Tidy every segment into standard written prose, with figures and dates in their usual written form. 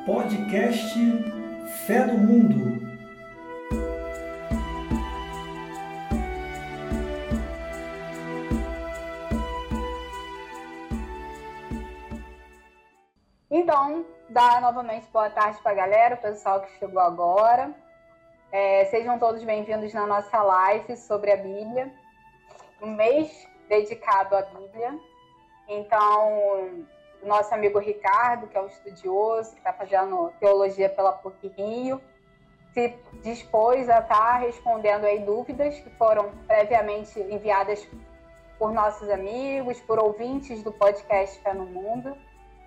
Podcast Fé do Mundo. Então, dá novamente boa tarde para a galera, o pessoal que chegou agora. Sejam todos bem-vindos na nossa live sobre a Bíblia, um mês dedicado à Bíblia. Então, o nosso amigo Ricardo, que é um estudioso, que está fazendo teologia pela PUC-Rio, se dispôs a estar respondendo aí dúvidas que foram previamente enviadas por nossos amigos, por ouvintes do podcast Fé no Mundo.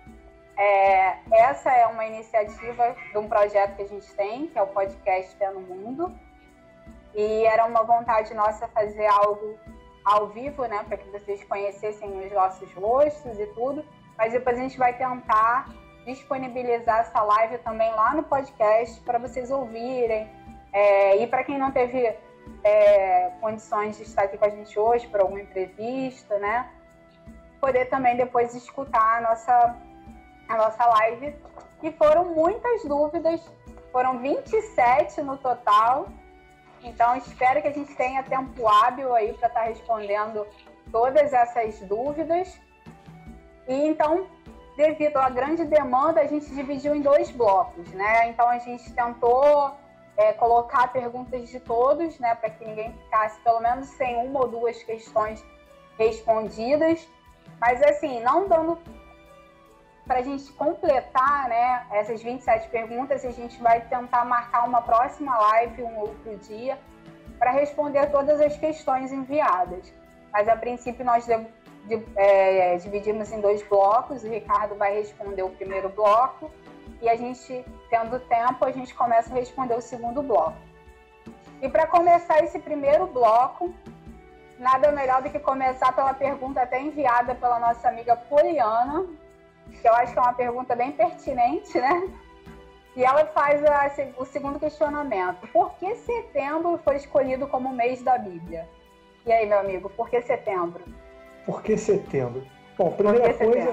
Essa é uma iniciativa de um projeto que a gente tem, que é o podcast Fé no Mundo. E era uma vontade nossa fazer algo ao vivo, né, para que vocês conhecessem os nossos rostos e tudo. Mas depois a gente vai tentar disponibilizar essa live também lá no podcast para vocês ouvirem. E para quem não teve condições de estar aqui com a gente hoje por alguma entrevista, né, poder também depois escutar a nossa live. E foram muitas dúvidas, foram 27 no total. Então, espero que a gente tenha tempo hábil aí para estar respondendo todas essas dúvidas. E então, devido à grande demanda, a gente dividiu em 2 blocos, né? Então, a gente tentou colocar perguntas de todos, né? Para que ninguém ficasse pelo menos sem uma ou 2 questões respondidas. Mas, assim, não dando para a gente completar, né, essas 27 perguntas, a gente vai tentar marcar uma próxima live, um outro dia, para responder todas as questões enviadas. Mas, a princípio, nós dividimos em 2 blocos. O Ricardo vai responder o primeiro bloco e a gente, tendo tempo, a gente começa a responder o segundo bloco. E para começar esse primeiro bloco, nada melhor do que começar pela pergunta até enviada pela nossa amiga Poliana, que eu acho que é uma pergunta bem pertinente, né? E ela faz o segundo questionamento. Por que setembro foi escolhido como mês da Bíblia? E aí, meu amigo, por que setembro? Por que setembro? Bom, primeira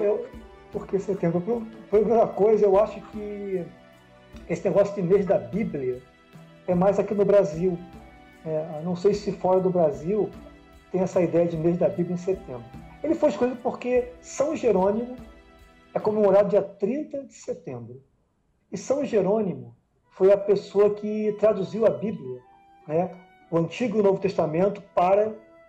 coisa, eu acho que esse negócio de mês da Bíblia é mais aqui no Brasil. Não sei se fora do Brasil tem essa ideia de mês da Bíblia em setembro. Ele foi escolhido porque São Jerônimo é comemorado dia 30 de setembro. E São Jerônimo foi a pessoa que traduziu a Bíblia, né, o Antigo e o Novo Testamento, para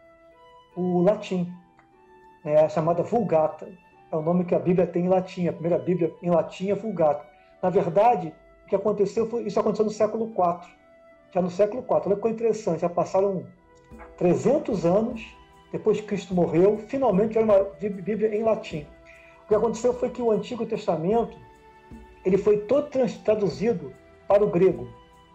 o latim, a chamada Vulgata. É o nome que a Bíblia tem em latim. A primeira Bíblia em latim é Vulgata. Na verdade, o que aconteceu foi isso aconteceu no século IV. Já no século IV, olha que coisa interessante, já passaram 300 anos depois que Cristo morreu, finalmente era uma Bíblia em latim. O que aconteceu foi que o Antigo Testamento ele foi todo traduzido para o grego.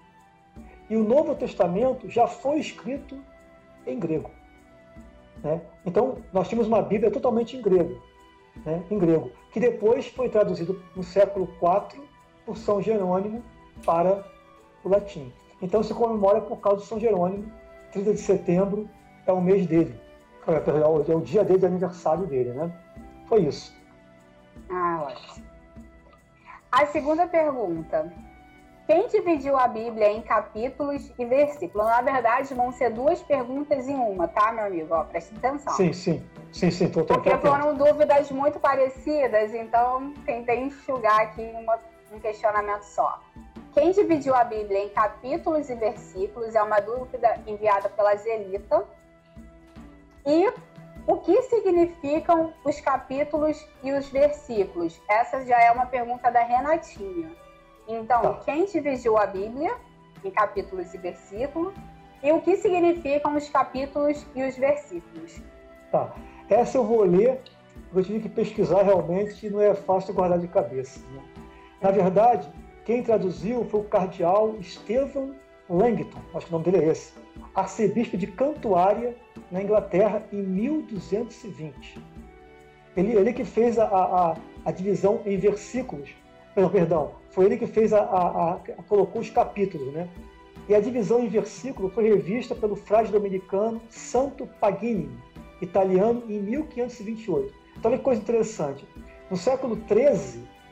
E o Novo Testamento já foi escrito em grego, né? Então, nós tínhamos uma Bíblia totalmente em grego, né? Em grego, que depois foi traduzido no século IV por São Jerônimo para o latim. Então, se comemora por causa de São Jerônimo. 30 de setembro é o mês dele, é o dia dele, de aniversário dele, né? Foi isso. Ótimo. A segunda pergunta. Quem dividiu a Bíblia em capítulos e versículos? Na verdade, vão ser 2 perguntas em uma, tá, meu amigo? Presta atenção. Sim. Porque foram dúvidas muito parecidas, então tentei enxugar aqui um questionamento só. Quem dividiu a Bíblia em capítulos e versículos é uma dúvida enviada pela Zelita. E o que significam os capítulos e os versículos? Essa já é uma pergunta da Renatinha. Então, Quem dividiu a Bíblia em capítulos e versículos? E o que significam os capítulos e os versículos? Tá. Essa eu vou ler, eu tive que pesquisar realmente, e não é fácil guardar de cabeça, né? Na verdade, quem traduziu foi o cardeal Stephen Langton, acho que o nome dele é esse, arcebispo de Cantuária, na Inglaterra, em 1220. Ele que fez a divisão em versículos. Foi ele que fez colocou os capítulos, né? E a divisão em versículo foi revista pelo frade dominicano Santo Paganini, italiano, em 1528. Então, olha que coisa interessante. No século XIII,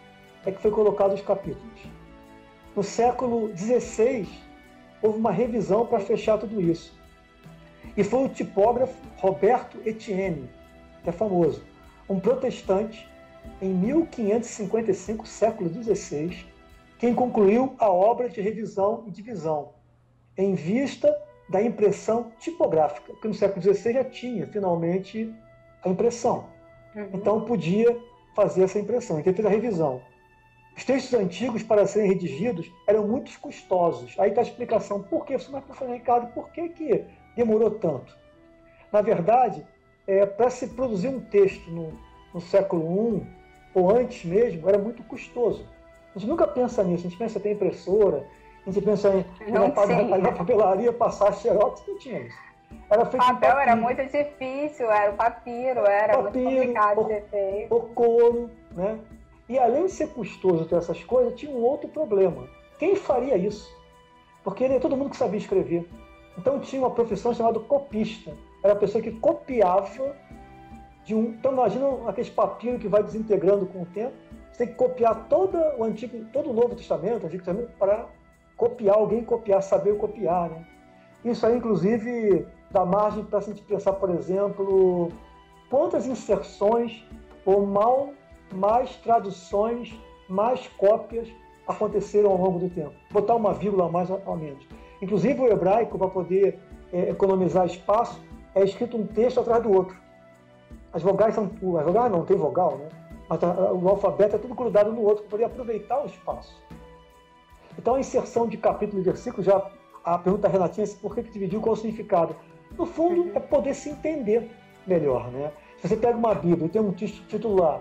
é que foi colocado os capítulos. No século XVI, houve uma revisão para fechar tudo isso. E foi o tipógrafo Roberto Etienne, que é famoso, um protestante, em 1555, século XVI, quem concluiu a obra de revisão e divisão, em vista da impressão tipográfica, porque no século XVI já tinha, finalmente, a impressão. Então, podia fazer essa impressão. Então, ele fez a revisão. Os textos antigos, para serem redigidos, eram muito custosos. Aí está a explicação. Por quê? Você vai falar, Ricardo, por que demorou tanto? Na verdade, para se produzir um texto no século I, ou antes mesmo, era muito custoso. A gente nunca pensa nisso. A gente pensa em ter impressora, a gente pensa em na papelaria passar xerox, não tinha isso. Era feito o papel era muito difícil, era o papiro, era muito complicado de ser feito. O couro, né? E além de ser custoso ter essas coisas, tinha um outro problema. Quem faria isso? Porque nem todo mundo que sabia escrever. Então tinha uma profissão chamada copista. Era a pessoa que copiava de um... Então imagina aqueles papiros que vai desintegrando com o tempo. Você tem que copiar todo o Novo Testamento, para copiar, alguém copiar, saber copiar, né? Isso aí, inclusive, dá margem para a gente pensar, por exemplo, quantas inserções ou mais traduções, mais cópias aconteceram ao longo do tempo. Botar uma vírgula a mais ou a menos. Inclusive, o hebraico, para poder economizar espaço, é escrito um texto atrás do outro. As vogais não tem vogal, né? Mas o alfabeto é tudo grudado no outro, para poder aproveitar o espaço. Então, a inserção de capítulo e versículo, já a pergunta Renatinha é por que dividiu, qual o significado? No fundo, é poder se entender melhor, né? Se você pega uma Bíblia e tem um título lá,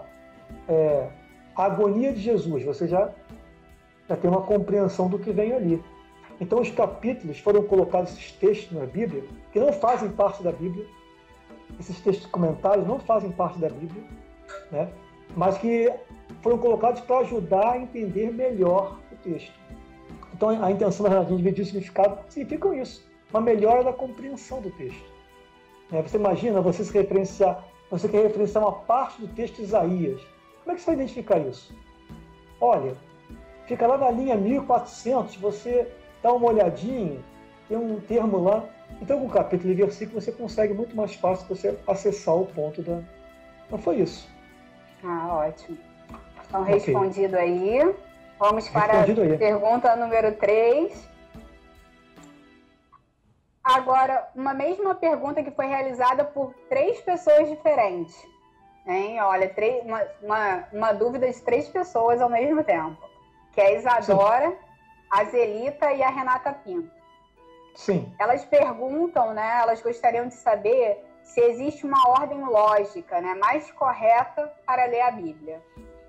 a agonia de Jesus, você já tem uma compreensão do que vem ali. Então, os capítulos foram colocados, esses textos na Bíblia, que não fazem parte da Bíblia, esses textos comentários não fazem parte da Bíblia, né? Mas que foram colocados para ajudar a entender melhor o texto. Então, a intenção da Renatinha de dividir o significado significa isso, uma melhora da compreensão do texto. Você imagina, você quer referenciar uma parte do texto de Isaías. Como é que você vai identificar isso? Olha, fica lá na linha 1400, você dá uma olhadinha, tem um termo lá. Então, com o capítulo e versículo, você consegue muito mais fácil você acessar o ponto da... Então, foi isso. Ótimo. Então, respondido aí. Vamos para a pergunta número 3. Agora, uma mesma pergunta que foi realizada por 3 pessoas diferentes. Hein? Olha, uma dúvida de 3 pessoas ao mesmo tempo. Que é a Isadora, a Zelita e a Renata Pinto. Sim. Elas perguntam, né? Elas gostariam de saber se existe uma ordem lógica, né, mais correta para ler a Bíblia.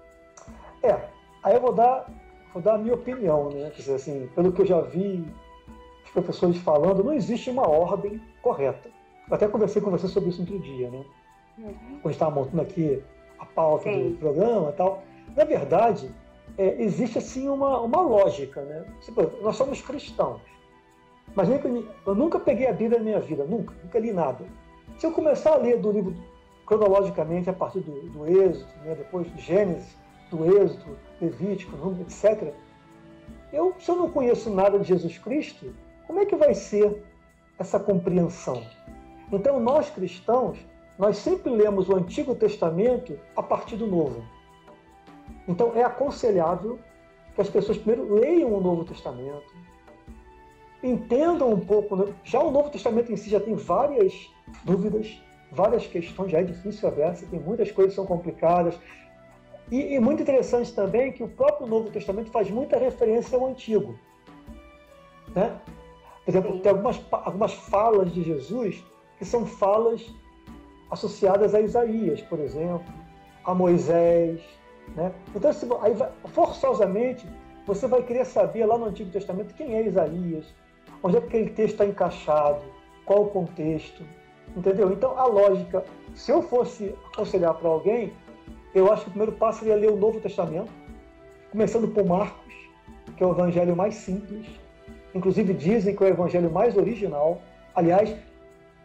Aí eu vou dar a minha opinião, né? Quer dizer, assim, pelo que eu já vi os professores falando, não existe uma ordem correta. Eu até conversei com você sobre isso outro dia, né? Quando estava montando aqui a pauta do programa e tal. Na verdade, existe assim uma lógica, né? Nós somos cristãos. Mas eu nunca peguei a Bíblia na minha vida, nunca li nada. Se eu começar a ler do livro cronologicamente a partir do Êxodo, né, depois do Gênesis, do Êxodo, Levítico, Número, etc., se eu não conheço nada de Jesus Cristo, como é que vai ser essa compreensão? Então, nós cristãos, nós sempre lemos o Antigo Testamento a partir do Novo. Então, é aconselhável que as pessoas primeiro leiam o Novo Testamento, entendam um pouco, né? Já o Novo Testamento em si já tem várias dúvidas, várias questões, já é difícil a versa, tem muitas coisas que são complicadas. E muito interessante também que o próprio Novo Testamento faz muita referência ao Antigo. Né? Por exemplo, tem algumas falas de Jesus que são falas associadas a Isaías, por exemplo, a Moisés. Né? Então, forçosamente, você vai querer saber lá no Antigo Testamento quem é Isaías, onde é que aquele texto está encaixado, qual o contexto, entendeu? Então, a lógica, se eu fosse aconselhar para alguém, eu acho que o primeiro passo seria ler o Novo Testamento, começando por Marcos, que é o evangelho mais simples. Inclusive dizem que é o evangelho mais original. Aliás,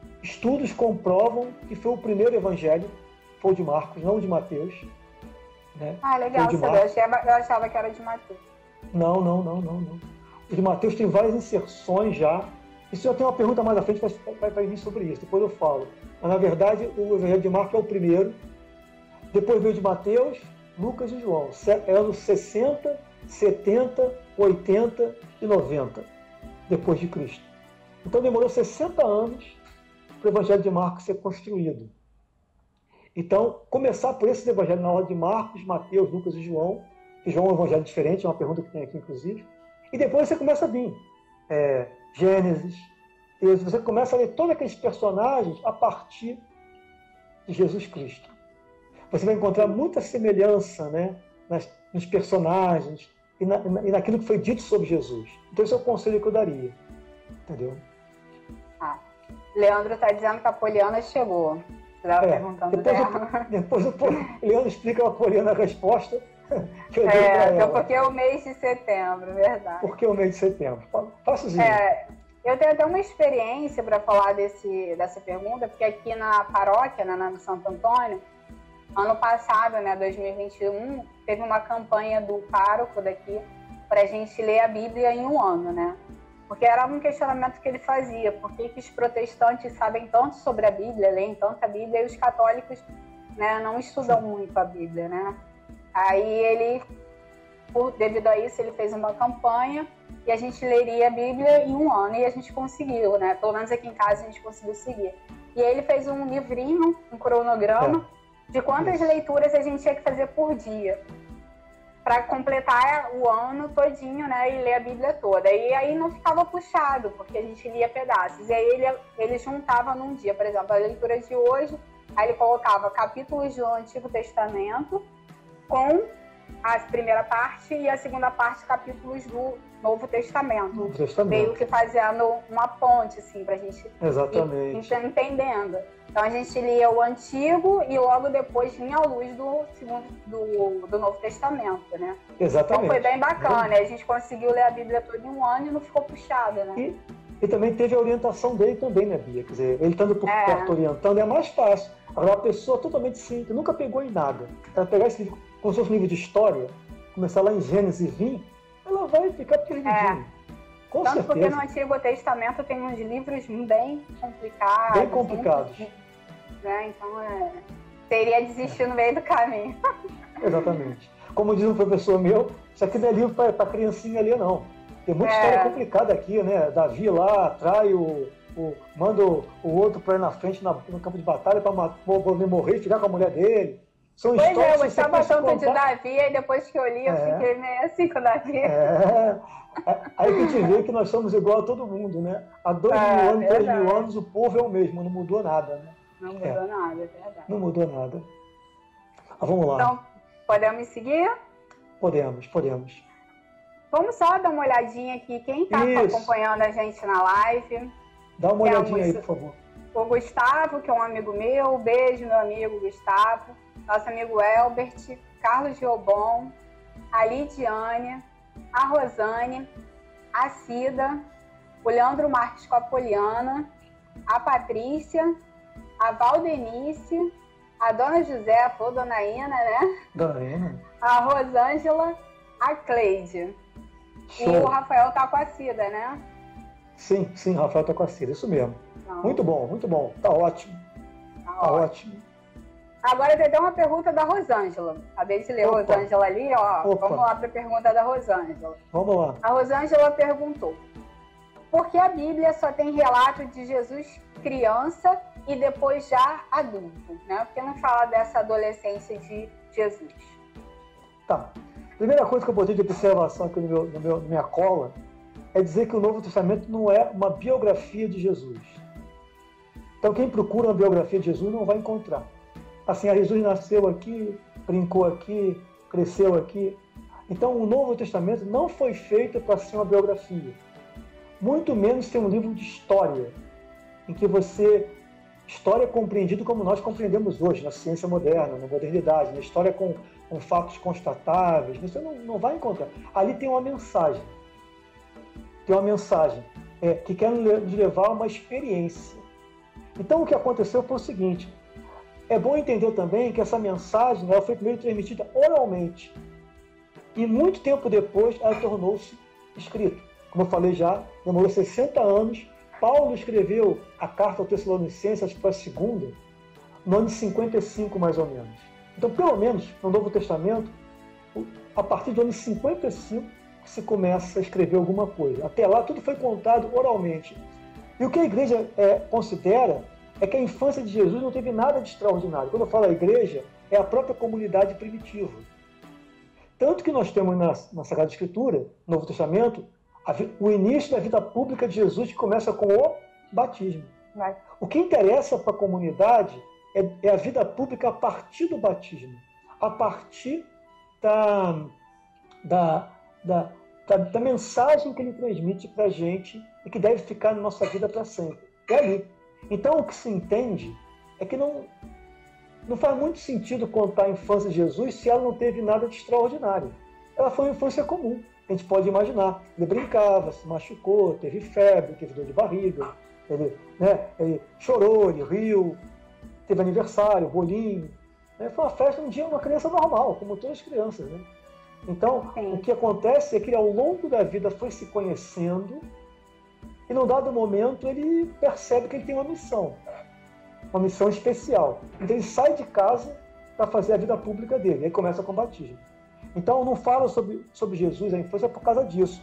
estudos comprovam que foi o primeiro evangelho, foi o de Marcos, não o de Mateus. Né? Ah, legal saber. Eu achava que era de Mateus. Não. O de Mateus tem várias inserções já. Isso já tem uma pergunta mais à frente, vai vir sobre isso, depois eu falo. Mas, na verdade, o Evangelho de Marcos é o primeiro. Depois veio de Mateus, Lucas e João. Eram 60, 70, 80 e 90 depois de Cristo. Então demorou 60 anos para o Evangelho de Marcos ser construído. Então, começar por esse Evangelho na ordem de Marcos, Mateus, Lucas e João, que João é um evangelho diferente, é uma pergunta que tem aqui, inclusive. E depois você começa a vir Gênesis, você começa a ler todos aqueles personagens a partir de Jesus Cristo. Você vai encontrar muita semelhança, né, nos personagens e naquilo que foi dito sobre Jesus. Então esse é o conselho que eu daria. Entendeu? Leandro está dizendo que a Poliana chegou. Você estava perguntando dela. Depois o Leandro explica a Poliana a resposta que eu dei para ela. Então, porque é o mês de setembro, verdade. Porque é o mês de setembro. Faça isso. Eu tenho até uma experiência para falar dessa pergunta, porque aqui na paróquia, na Santo Antônio, ano passado, né, 2021, teve uma campanha do pároco daqui para a gente ler a Bíblia em um ano, né? Porque era um questionamento que ele fazia. Por que os protestantes sabem tanto sobre a Bíblia, leem tanto a Bíblia, e os católicos, né, não estudam muito a Bíblia, né? Aí ele, devido a isso, ele fez uma campanha e a gente leria a Bíblia em um ano, e a gente conseguiu, né? Pelo menos aqui em casa a gente conseguiu seguir. E aí ele fez um livrinho, um cronograma, de quantas leituras a gente tinha que fazer por dia, para completar o ano todinho, né, e ler a Bíblia toda. E aí não ficava puxado, porque a gente lia pedaços. E aí ele juntava num dia, por exemplo, a leitura de hoje, aí ele colocava capítulos do Antigo Testamento com a primeira parte e a segunda parte, capítulos do Novo Testamento. Meio que fazendo uma ponte, assim, pra gente ir entendendo. Então a gente lia o Antigo e logo depois vinha a luz do Novo Testamento, né? Exatamente. Então foi bem bacana. A gente conseguiu ler a Bíblia toda em um ano e não ficou puxada, né? E também teve a orientação dele também, né, Bia? Quer dizer, ele estando por perto orientando é mais fácil. Agora, uma pessoa totalmente simples, nunca pegou em nada, ela pegar esse livro como se fosse um livro de história, começar lá em Gênesis e vir, ela vai ficar perdidinha. Com Tanto certeza. Porque no Antigo Testamento tem uns livros bem complicados. Bem complicados. Né? Então, teria desistir no meio do caminho. Exatamente. Como diz um professor meu, isso aqui não é livro para criancinha ali, não. Tem muita história complicada aqui, né? Davi lá atrai manda o outro para ir na frente no campo de batalha para morrer e ficar com a mulher dele. São pois histórias eu gostava tanto de Davi, e depois que eu li, eu fiquei meio assim com o Davi. Aí que a gente vê que nós somos igual a todo mundo, né? Há 2 mil anos, 3 mil anos, o povo é o mesmo, não mudou nada, né? Não mudou nada, é verdade. Não mudou nada. Vamos lá. Então, podemos seguir? Podemos. Vamos só dar uma olhadinha aqui, quem está acompanhando a gente na live. Dá uma olhadinha aí, por favor. O Gustavo, que é um amigo meu, beijo, meu amigo Gustavo. Nosso amigo Elbert, Carlos Giobon, a Lidiane, a Rosane, a Cida, o Leandro Marques com a Poliana, a Patrícia, a Valdenice, a Dona José, a Dona Ina, né? Dona Ina. A Rosângela, a Cleide. Show. E o Rafael tá com a Cida, né? Sim, o Rafael tá com a Cida, isso mesmo. Não. Muito bom. Tá ótimo. Tá ótimo. Agora tem até uma pergunta da Rosângela. Acabei de ler a Rosângela ali, ó. Vamos lá para a pergunta da Rosângela. Vamos lá. A Rosângela perguntou: por que a Bíblia só tem relato de Jesus criança e depois já adulto, né? Por que não fala dessa adolescência de Jesus? Tá. Primeira coisa que eu botei de observação aqui na minha cola é dizer que o Novo Testamento não é uma biografia de Jesus. Então quem procura uma biografia de Jesus não vai encontrar. Assim, Jesus nasceu aqui, brincou aqui, cresceu aqui. Então, o Novo Testamento não foi feito para ser uma biografia. Muito menos ser um livro de história, em que história é compreendido como nós compreendemos hoje, na ciência moderna, na modernidade, na história com fatos constatáveis. Você não vai encontrar. Ali tem uma mensagem. Que quer nos levar a uma experiência. Então, o que aconteceu foi o seguinte: é bom entender também que essa mensagem ela foi primeiro transmitida oralmente. E muito tempo depois ela tornou-se escrita. Como eu falei já, demorou 60 anos. Paulo escreveu a carta ao Tessalonicenses, acho que foi a segunda, no ano de 55, mais ou menos. Então, pelo menos, no Novo Testamento, a partir do ano 55, se começa a escrever alguma coisa. Até lá, tudo foi contado oralmente. E o que a igreja considera é que a infância de Jesus não teve nada de extraordinário. Quando eu falo a igreja, é a própria comunidade primitiva. Tanto que nós temos na Sagrada Escritura, no Novo Testamento, o início da vida pública de Jesus que começa com o batismo. O que interessa para a comunidade é a vida pública a partir do batismo, a partir da mensagem que ele transmite para a gente e que deve ficar na nossa vida para sempre. É ali. Então, o que se entende é que não faz muito sentido contar a infância de Jesus se ela não teve nada de extraordinário. Ela foi uma infância comum, a gente pode imaginar. Ele brincava, se machucou, teve febre, teve dor de barriga, ele chorou, ele riu, teve aniversário, bolinho. Foi uma festa, um dia, uma criança normal, como todas as crianças. Né? Então, o que acontece é que ele, ao longo da vida, foi se conhecendo e, num dado momento, ele percebe que ele tem uma missão especial. Então, ele sai de casa para fazer a vida pública dele, aí começa com o batismo. Então, eu não falo sobre Jesus, a infância, por causa disso.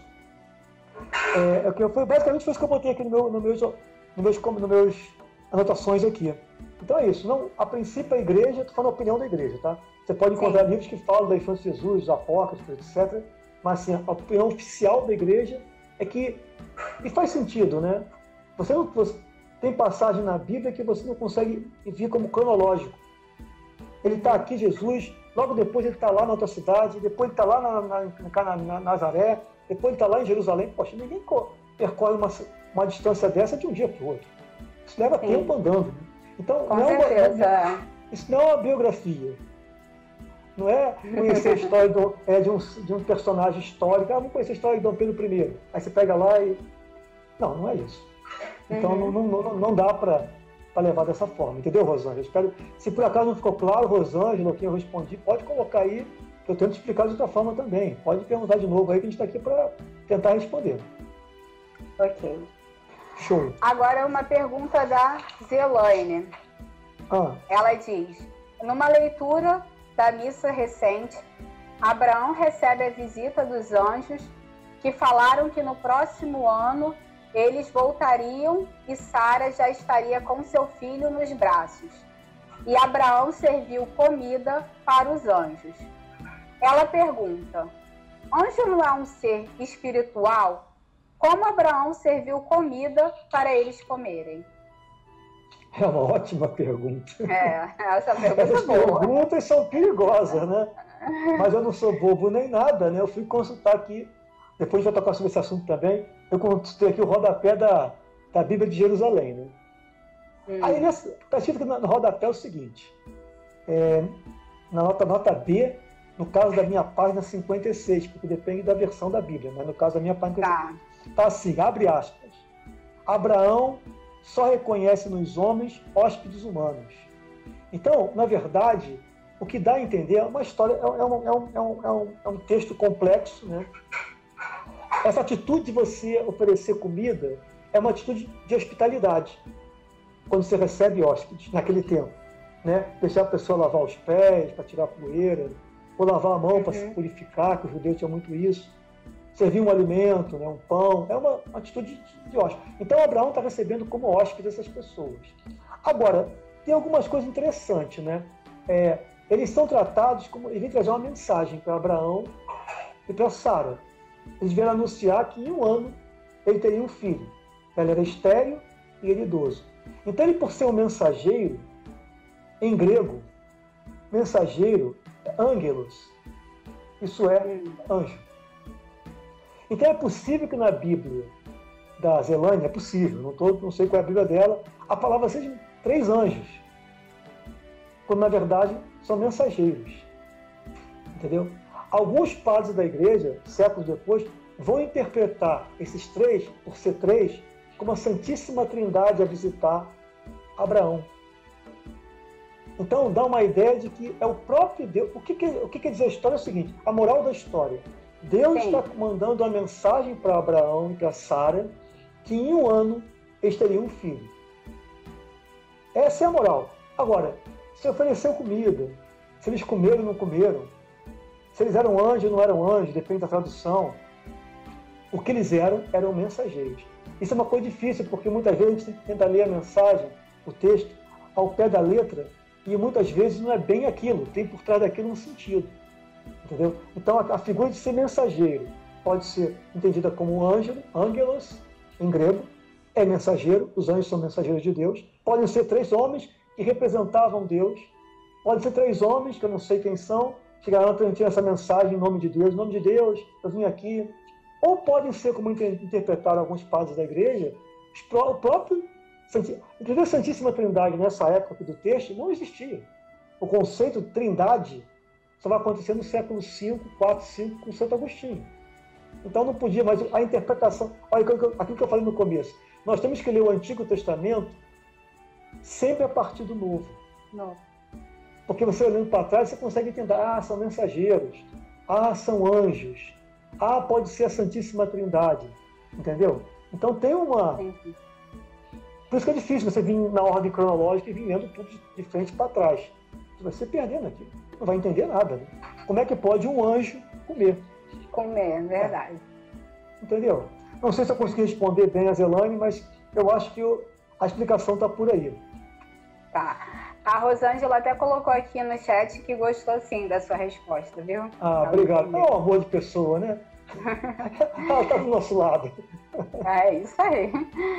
Basicamente foi isso que eu botei aqui nos meus anotações aqui. Então é isso. Não, a princípio, a igreja, estou falando a opinião da igreja, tá? Você pode encontrar livros que falam da infância de Jesus, os apócrifos, etc. Mas assim, a opinião oficial da igreja é que, e faz sentido, né? Você tem passagem na Bíblia que você não consegue vir como cronológico. Ele está aqui, Jesus, logo depois ele está lá na outra cidade, depois ele está lá na Nazaré, depois ele está lá em Jerusalém. Poxa, ninguém percorre uma distância dessa de um dia para o outro. Isso leva tempo andando. Né? Então, isso não é uma biografia. Não é conhecer a história de um personagem histórico. Vamos conhecer a história de Dom Pedro I. Aí você pega lá e... Não é isso. Então, não dá para levar dessa forma. Entendeu, Rosângela? Espero... Se por acaso não ficou claro, Rosângela, o que eu respondi, pode colocar aí, que eu tento explicar de outra forma também. Pode perguntar de novo aí, que a gente está aqui para tentar responder. Ok. Show. Agora uma pergunta da Zelaine. Ela diz, numa leitura da missa recente, Abraão recebe a visita dos anjos que falaram que no próximo ano eles voltariam e Sara já estaria com seu filho nos braços. E Abraão serviu comida para os anjos. Ela pergunta, anjo não é um ser espiritual? Como Abraão serviu comida para eles comerem? É uma ótima pergunta. Essa pergunta Essas é boa. perguntas são perigosas, né? Mas eu não sou bobo nem nada, né? Eu fui consultar aqui, depois a gente vai tocar sobre esse assunto também, eu consultei aqui o rodapé da Bíblia de Jerusalém, né? Aí está escrito no rodapé o seguinte, na nota B, no caso da minha página 56, porque depende da versão da Bíblia, mas no caso da minha página está assim, abre aspas, Abraão só reconhece nos homens hóspedes humanos. Então, na verdade, o que dá a entender é uma história, é um texto complexo, né? Essa atitude de você oferecer comida é uma atitude de hospitalidade, quando você recebe hóspedes, naquele tempo, né? Deixar a pessoa lavar os pés para tirar a poeira, ou lavar a mão para se purificar, que os judeus tinham muito isso. Servir um alimento, né, um pão, é uma atitude de hóspede. Então, Abraão está recebendo como hóspede essas pessoas. Agora, tem algumas coisas interessantes, né? Eles são tratados como... Ele vem trazer uma mensagem para Abraão e para Sara. Eles vieram anunciar que em um ano ele teria um filho. Ela era estéril e ele idoso. Então, ele, por ser um mensageiro, em grego, mensageiro é angelos. Isso é anjo. Então é possível que na Bíblia da Zelânia, é possível, não sei qual é a Bíblia dela, a palavra seja 3 anjos, quando na verdade são mensageiros. Entendeu? Alguns padres da igreja, séculos depois, vão interpretar esses 3, por ser 3, como a Santíssima Trindade a visitar Abraão. Então dá uma ideia de que é o próprio Deus. O que quer dizer a história é o seguinte, a moral da história. Deus está mandando uma mensagem para Abraão e para Sara que em 1 ano eles teriam um filho. Essa é a moral. Agora, se ofereceu comida, se eles comeram ou não comeram, se eles eram anjos ou não eram anjos, depende da tradução, o que eles eram mensageiros. Isso é uma coisa difícil, porque muitas vezes a gente tenta ler a mensagem, o texto, ao pé da letra, e muitas vezes não é bem aquilo, tem por trás daquilo um sentido. Entendeu? Então a figura de ser mensageiro pode ser entendida como ângelos, em grego, é mensageiro, os anjos são mensageiros de Deus. Podem ser 3 homens que representavam Deus, podem ser 3 homens, que eu não sei quem são, chegaram a transmitir essa mensagem em nome de Deus, eu vim aqui. Ou podem ser, como interpretaram alguns padres da igreja, o próprio inclusive a Santíssima Trindade, nessa época do texto, não existia. O conceito de trindade só vai acontecer no século V, IV, V, com Santo Agostinho. Então não podia, mas a interpretação... Olha aquilo que eu falei no começo. Nós temos que ler o Antigo Testamento sempre a partir do Novo. Não. Porque você olhando para trás, você consegue entender, são mensageiros, são anjos, pode ser a Santíssima Trindade. Entendeu? Então tem uma... Entendi. Por isso que é difícil você vir na ordem cronológica e vir lendo tudo de frente para trás. Você vai se perdendo aqui. Não vai entender nada. Né? Como é que pode um anjo comer? Comer, verdade. Entendeu? Não sei se eu consegui responder bem a Zelane, mas eu acho que a explicação está por aí. Tá. A Rosângela até colocou aqui no chat que gostou sim da sua resposta, viu? Obrigado. É um amor de pessoa, né? Ela está do nosso lado. É isso aí.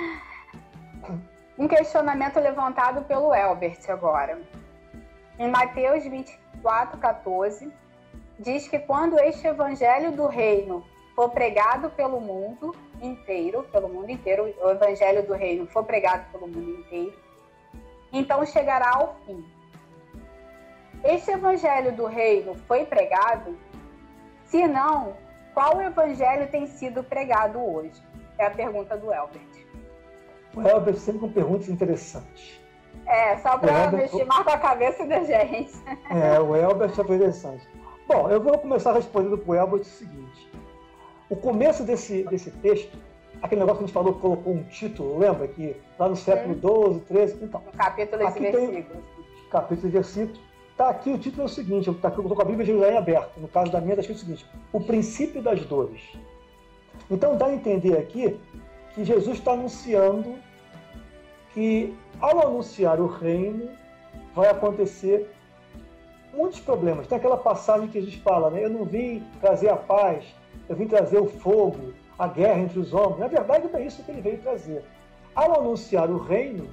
Um questionamento levantado pelo Elbert agora. Em Mateus 24:14, diz que quando este evangelho do reino for pregado pelo mundo inteiro, o evangelho do reino for pregado pelo mundo inteiro, então chegará ao fim. Este evangelho do reino foi pregado? Se não, qual evangelho tem sido pregado hoje? É a pergunta do Elbert. O Elbert sempre com perguntas interessantes. Só para mexer mais com a cabeça da gente. O Elbert é interessante. Bom, eu vou começar respondendo para o Elbert o seguinte. O começo desse texto, aquele negócio que a gente falou, colocou um título, lembra? Que lá no século XII, XIII... Então, no capítulo desse versículo. Capítulo e versículo. Está aqui, o título é o seguinte, eu estou com a Bíblia de Jerusalém aberta. No caso da minha, está escrito o seguinte: o princípio das dores. Então dá a entender aqui que Jesus está anunciando que, ao anunciar o reino, vai acontecer muitos problemas. Tem aquela passagem que Jesus fala, né? Eu não vim trazer a paz, eu vim trazer o fogo, a guerra entre os homens. Na verdade, não é isso que ele veio trazer. Ao anunciar o reino,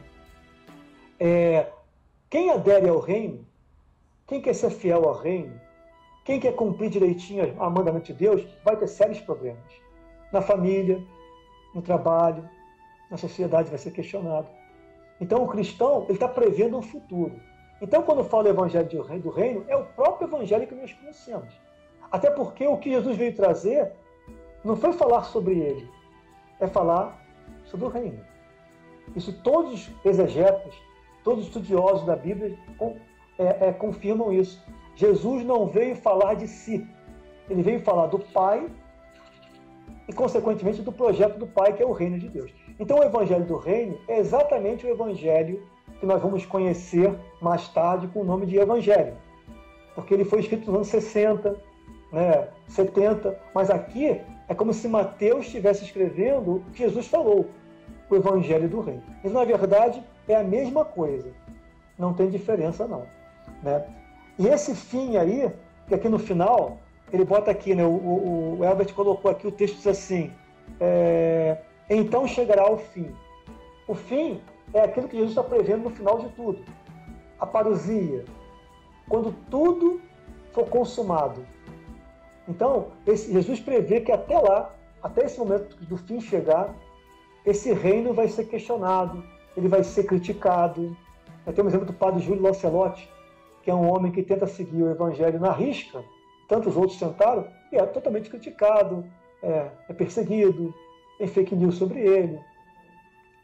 quem adere ao reino, quem quer ser fiel ao reino, quem quer cumprir direitinho a mandamento de Deus, vai ter sérios problemas. Na família, no trabalho, na sociedade vai ser questionado. Então o cristão está prevendo um futuro. Então quando fala o evangelho do reino, é o próprio evangelho que nós conhecemos. Até porque o que Jesus veio trazer não foi falar sobre ele, é falar sobre o reino. Isso todos os exegetas, todos os estudiosos da Bíblia confirmam isso. Jesus não veio falar de si, ele veio falar do Pai e, consequentemente, do projeto do Pai, que é o reino de Deus. Então, o Evangelho do Reino é exatamente o Evangelho que nós vamos conhecer mais tarde com o nome de Evangelho. Porque ele foi escrito nos anos 60, 70, mas aqui é como se Mateus estivesse escrevendo o que Jesus falou, o Evangelho do Reino. Mas, na verdade, é a mesma coisa. Não tem diferença, não. Né? E esse fim aí, que aqui no final, ele bota aqui, né? O Elbert colocou aqui, o texto diz assim, então chegará ao fim. O fim é aquilo que Jesus está prevendo no final de tudo. A parousia, quando tudo for consumado. Então, Jesus prevê que até lá, até esse momento do fim chegar, esse reino vai ser questionado, ele vai ser criticado. Tem um exemplo do padre Júlio Lancelotti, que é um homem que tenta seguir o evangelho na risca, tantos outros tentaram, e é totalmente criticado, é perseguido, tem fake news sobre ele.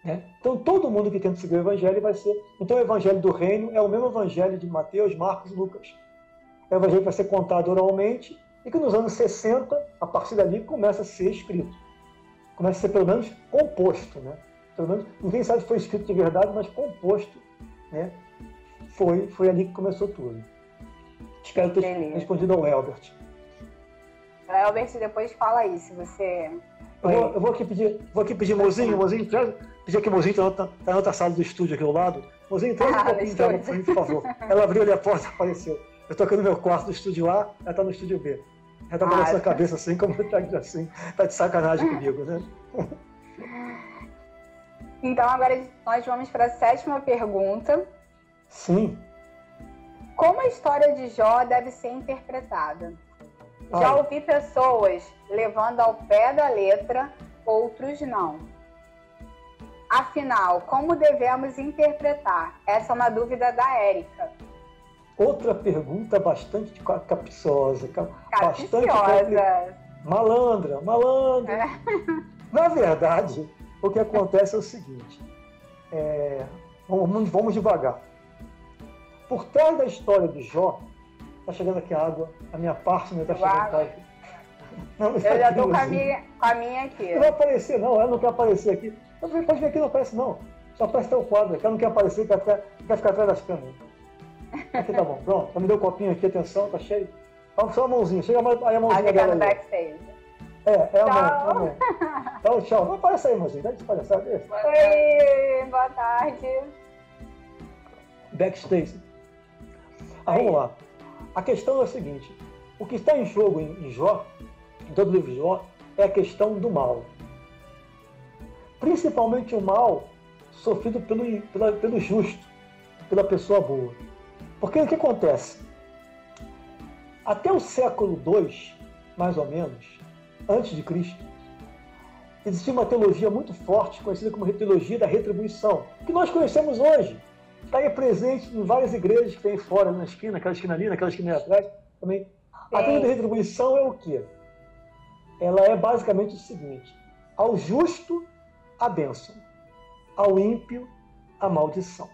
Né? Então, todo mundo que tenta seguir o evangelho vai ser... Então, o evangelho do reino é o mesmo evangelho de Mateus, Marcos e Lucas. O evangelho vai ser contado oralmente e que nos anos 60, a partir dali, começa a ser escrito. Começa a ser, pelo menos, composto. Né? Pelo menos, ninguém sabe se foi escrito de verdade, mas composto, né? Foi ali que começou tudo. Espero ter respondido ao Elbert. O Elbert depois fala aí, se você... Eu vou aqui pedir, Mozinho, pedir aqui, Mozinho, tá na outra sala do estúdio aqui ao lado. Mozinho, traz um pouquinho de água pra mim, por favor. Ela abriu ali a porta e apareceu. Eu tô aqui no meu quarto do estúdio A, ela tá no estúdio B. Ela tá balançando a cabeça assim, como tá assim, tá de sacanagem comigo, né? Então agora nós vamos para a 7ª pergunta. Sim. Como a história de Jó deve ser interpretada? Já ouvi pessoas levando ao pé da letra, outros não. Afinal, como devemos interpretar? Essa é uma dúvida da Érica. Outra pergunta bastante capciosa. Bastante malandra. Na verdade, o que acontece é o seguinte. Vamos devagar. Por trás da história de Jó, está chegando aqui a água, a minha parte está chegando aqui. Não, eu já estou com a minha aqui. Não vai aparecer, não. Ela não quer aparecer aqui. Pode vir aqui, não aparece, não. Só aparece teu quadro aqui. Ela não quer aparecer, quer ficar atrás das câmeras. Aqui tá bom, pronto. Ela me deu um copinho aqui, atenção, tá cheio. Vamos só a mãozinha. Chega aí a mãozinha dela aí. Backstage. A mão. Então, tchau. Não aparece aí, mãozinha. Dá de palhaçada. Oi, boa tarde. Backstage. Vamos lá. A questão é a seguinte. O que está em jogo em Jó, em todo o livro de Jó, é a questão do mal. Principalmente o mal sofrido pelo justo, pela pessoa boa. Porque o que acontece? Até o século II, mais ou menos, antes de Cristo, existia uma teologia muito forte, conhecida como teologia da retribuição, que nós conhecemos hoje. Está aí presente em várias igrejas que tem fora, na esquina, aquela esquina ali, naquela esquina ali atrás também. A teologia da retribuição é o quê? Ela é basicamente o seguinte: ao justo, a bênção; ao ímpio, a maldição.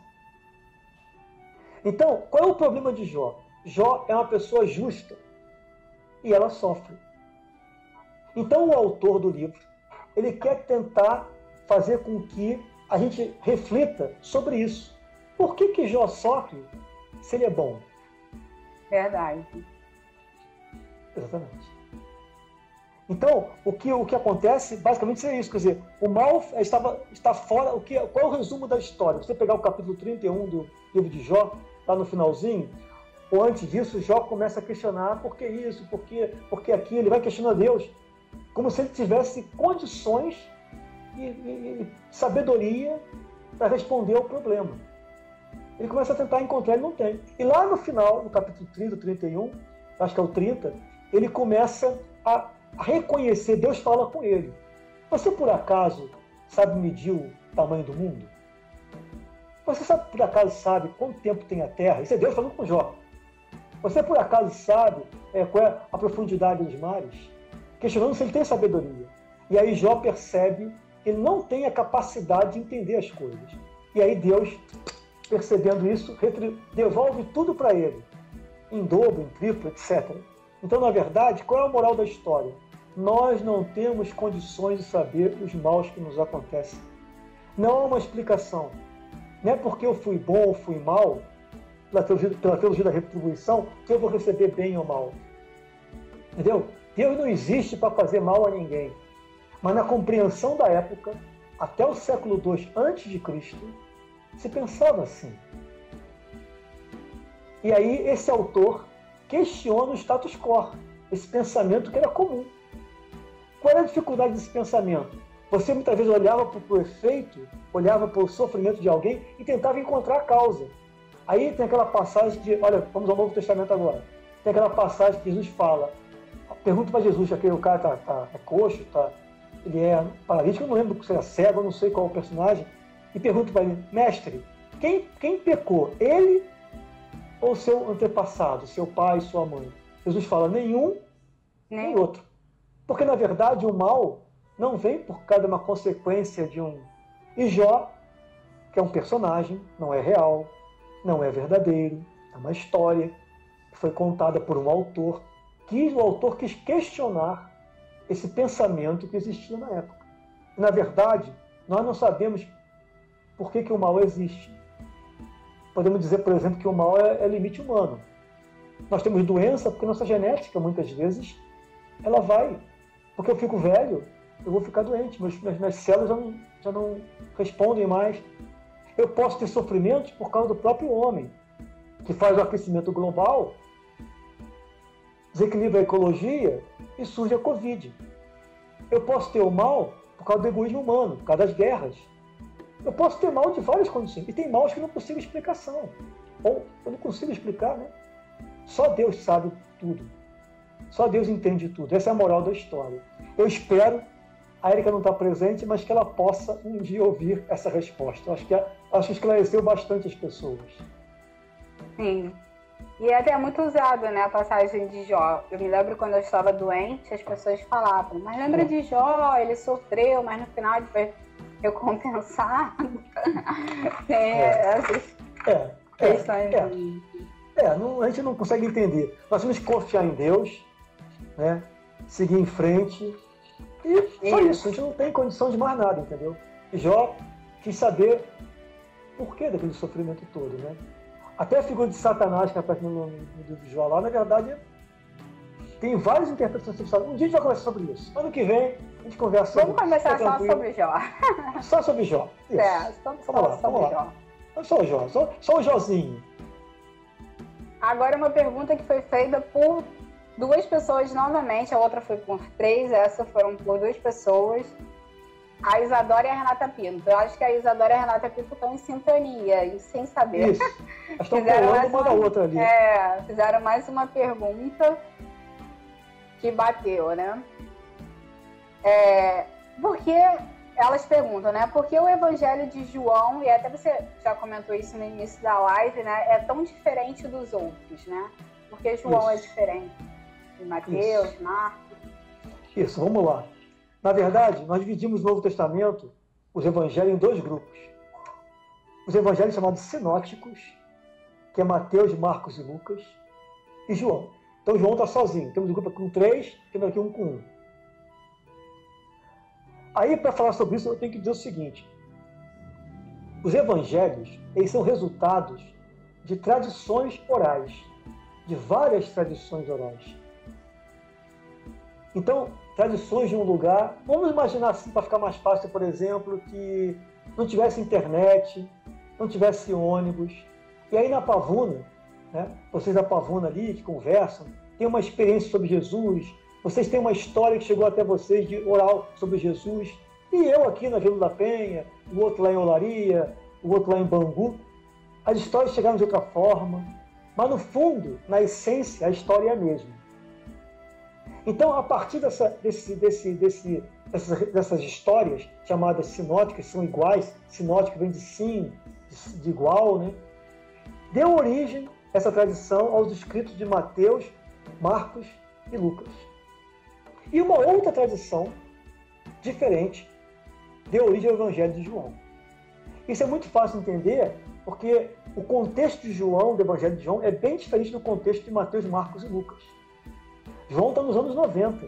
Então, qual é o problema de Jó? Jó é uma pessoa justa e ela sofre. Então, o autor do livro, ele quer tentar fazer com que a gente reflita sobre isso. Por que Jó sofre se ele é bom? Verdade. Exatamente. Então, o que acontece, basicamente, é isso. Quer dizer, o mal está fora. Qual é o resumo da história? Você pegar o capítulo 31 do livro de Jó, lá no finalzinho, ou antes disso, Jó começa a questionar por que isso, por que aquilo. Ele vai questionar Deus, como se ele tivesse condições e sabedoria para responder ao problema. Ele começa a tentar encontrar, ele não tem. E lá no final, no capítulo 30, 31, acho que é o 30, ele começa a reconhecer, Deus fala com ele. Você por acaso sabe medir o tamanho do mundo? Você por acaso sabe quanto tempo tem a Terra? Isso é Deus falando com Jó. Você por acaso sabe qual é a profundidade dos mares? Questionando se ele tem sabedoria. E aí Jó percebe que ele não tem a capacidade de entender as coisas. E aí Deus, percebendo isso, devolve tudo para ele, em dobro, em triplo, etc. Então, na verdade, qual é a moral da história? Nós não temos condições de saber os maus que nos acontecem. Não há uma explicação. Não é porque eu fui bom ou fui mal, pela teologia da retribuição, que eu vou receber bem ou mal. Entendeu? Deus não existe para fazer mal a ninguém. Mas na compreensão da época, até o século II antes de Cristo, se pensava assim. E aí esse autor questiona o status quo, esse pensamento que era comum. Qual era a dificuldade desse pensamento? Você muitas vezes olhava para o efeito, olhava para o sofrimento de alguém e tentava encontrar a causa. Aí tem aquela passagem que, olha, vamos ao Novo Testamento agora. Tem aquela passagem que Jesus fala, pergunta para Jesus, aquele cara é coxo, ele é paralítico, eu não lembro se era cego, eu não sei qual é o personagem, e pergunta para ele, mestre, quem pecou, ele ou seu antepassado, seu pai, sua mãe? Jesus fala, nenhum, nem outro. Porque, na verdade, o mal não vem por causa de uma consequência de um E Jó, que é um personagem, não é real, não é verdadeiro, é uma história que foi contada por um autor, que o autor quis questionar esse pensamento que existia na época. E, na verdade, nós não sabemos por que o mal existe. Podemos dizer, por exemplo, que o mal é limite humano. Nós temos doença porque nossa genética, muitas vezes, ela vai. Porque eu fico velho, eu vou ficar doente, minhas células já não respondem mais. Eu posso ter sofrimentos por causa do próprio homem, que faz o aquecimento global, desequilibra a ecologia e surge a Covid. Eu posso ter o mal por causa do egoísmo humano, por causa das guerras. Eu posso ter mal de várias condições. E tem maus que não consigo explicação. Ou eu não consigo explicar, né? Só Deus sabe tudo. Só Deus entende tudo. Essa é a moral da história. Eu espero, a Érica não está presente, mas que ela possa um dia ouvir essa resposta. Acho que esclareceu bastante as pessoas. Sim. E é até muito usado, né, a passagem de Jó. Eu me lembro quando eu estava doente, as pessoas falavam, mas lembra de Jó, ele sofreu, mas no final ele foi recompensado. Essas questões. A gente não consegue entender. Nós temos que confiar em Deus, né, seguir em frente. E só isso, a gente não tem condição de mais nada, entendeu? E Jó quis saber por que daquele sofrimento todo, né? Até a figura de Satanás que aparece no livro de Jó lá, na verdade, tem várias interpretações. Um dia a gente vai conversar sobre isso. Ano que vem, a gente conversa sobre isso. Vamos conversar só sobre Jó. Só sobre Jó. Isso. Vamos falar sobre Jó. Só o Jó, só o Józinho. Agora uma pergunta que foi feita por 2 pessoas novamente, a outra foi por 3, essa foram por 2 pessoas. A Isadora e a Renata Pinto. Eu acho que a Isadora e a Renata Pinto estão em sintonia, e sem saber. Isso. Elas estão colando uma da outra ali. Fizeram mais uma pergunta que bateu, né? Porque elas perguntam, né? Por que o Evangelho de João, e até você já comentou isso no início da live, né? É tão diferente dos outros, né? Porque João é diferente de Mateus, Marcos. Isso, vamos lá. Na verdade, nós dividimos o Novo Testamento, os evangelhos, em 2 grupos. Os evangelhos chamados sinóticos, que é Mateus, Marcos e Lucas, e João. Então João está sozinho. Temos um grupo com 3, temos aqui um com 1. Aí, para falar sobre isso, eu tenho que dizer o seguinte. Os evangelhos, eles são resultados de tradições orais, de várias tradições orais. Então, tradições de um lugar, vamos imaginar assim, para ficar mais fácil, por exemplo, que não tivesse internet, não tivesse ônibus, e aí na Pavuna, né, vocês da Pavuna ali, que conversam, têm uma experiência sobre Jesus, vocês têm uma história que chegou até vocês de oral sobre Jesus, e eu aqui na Vila da Penha, o outro lá em Olaria, o outro lá em Bangu, as histórias chegaram de outra forma, mas no fundo, na essência, a história é a mesma. Então, a partir dessas histórias chamadas sinóticas, são iguais, sinótico vem de sim, de igual, né? Deu origem essa tradição aos escritos de Mateus, Marcos e Lucas. E uma outra tradição diferente deu origem ao Evangelho de João. Isso é muito fácil de entender, porque o contexto de João, do Evangelho de João, é bem diferente do contexto de Mateus, Marcos e Lucas. João está nos anos 90.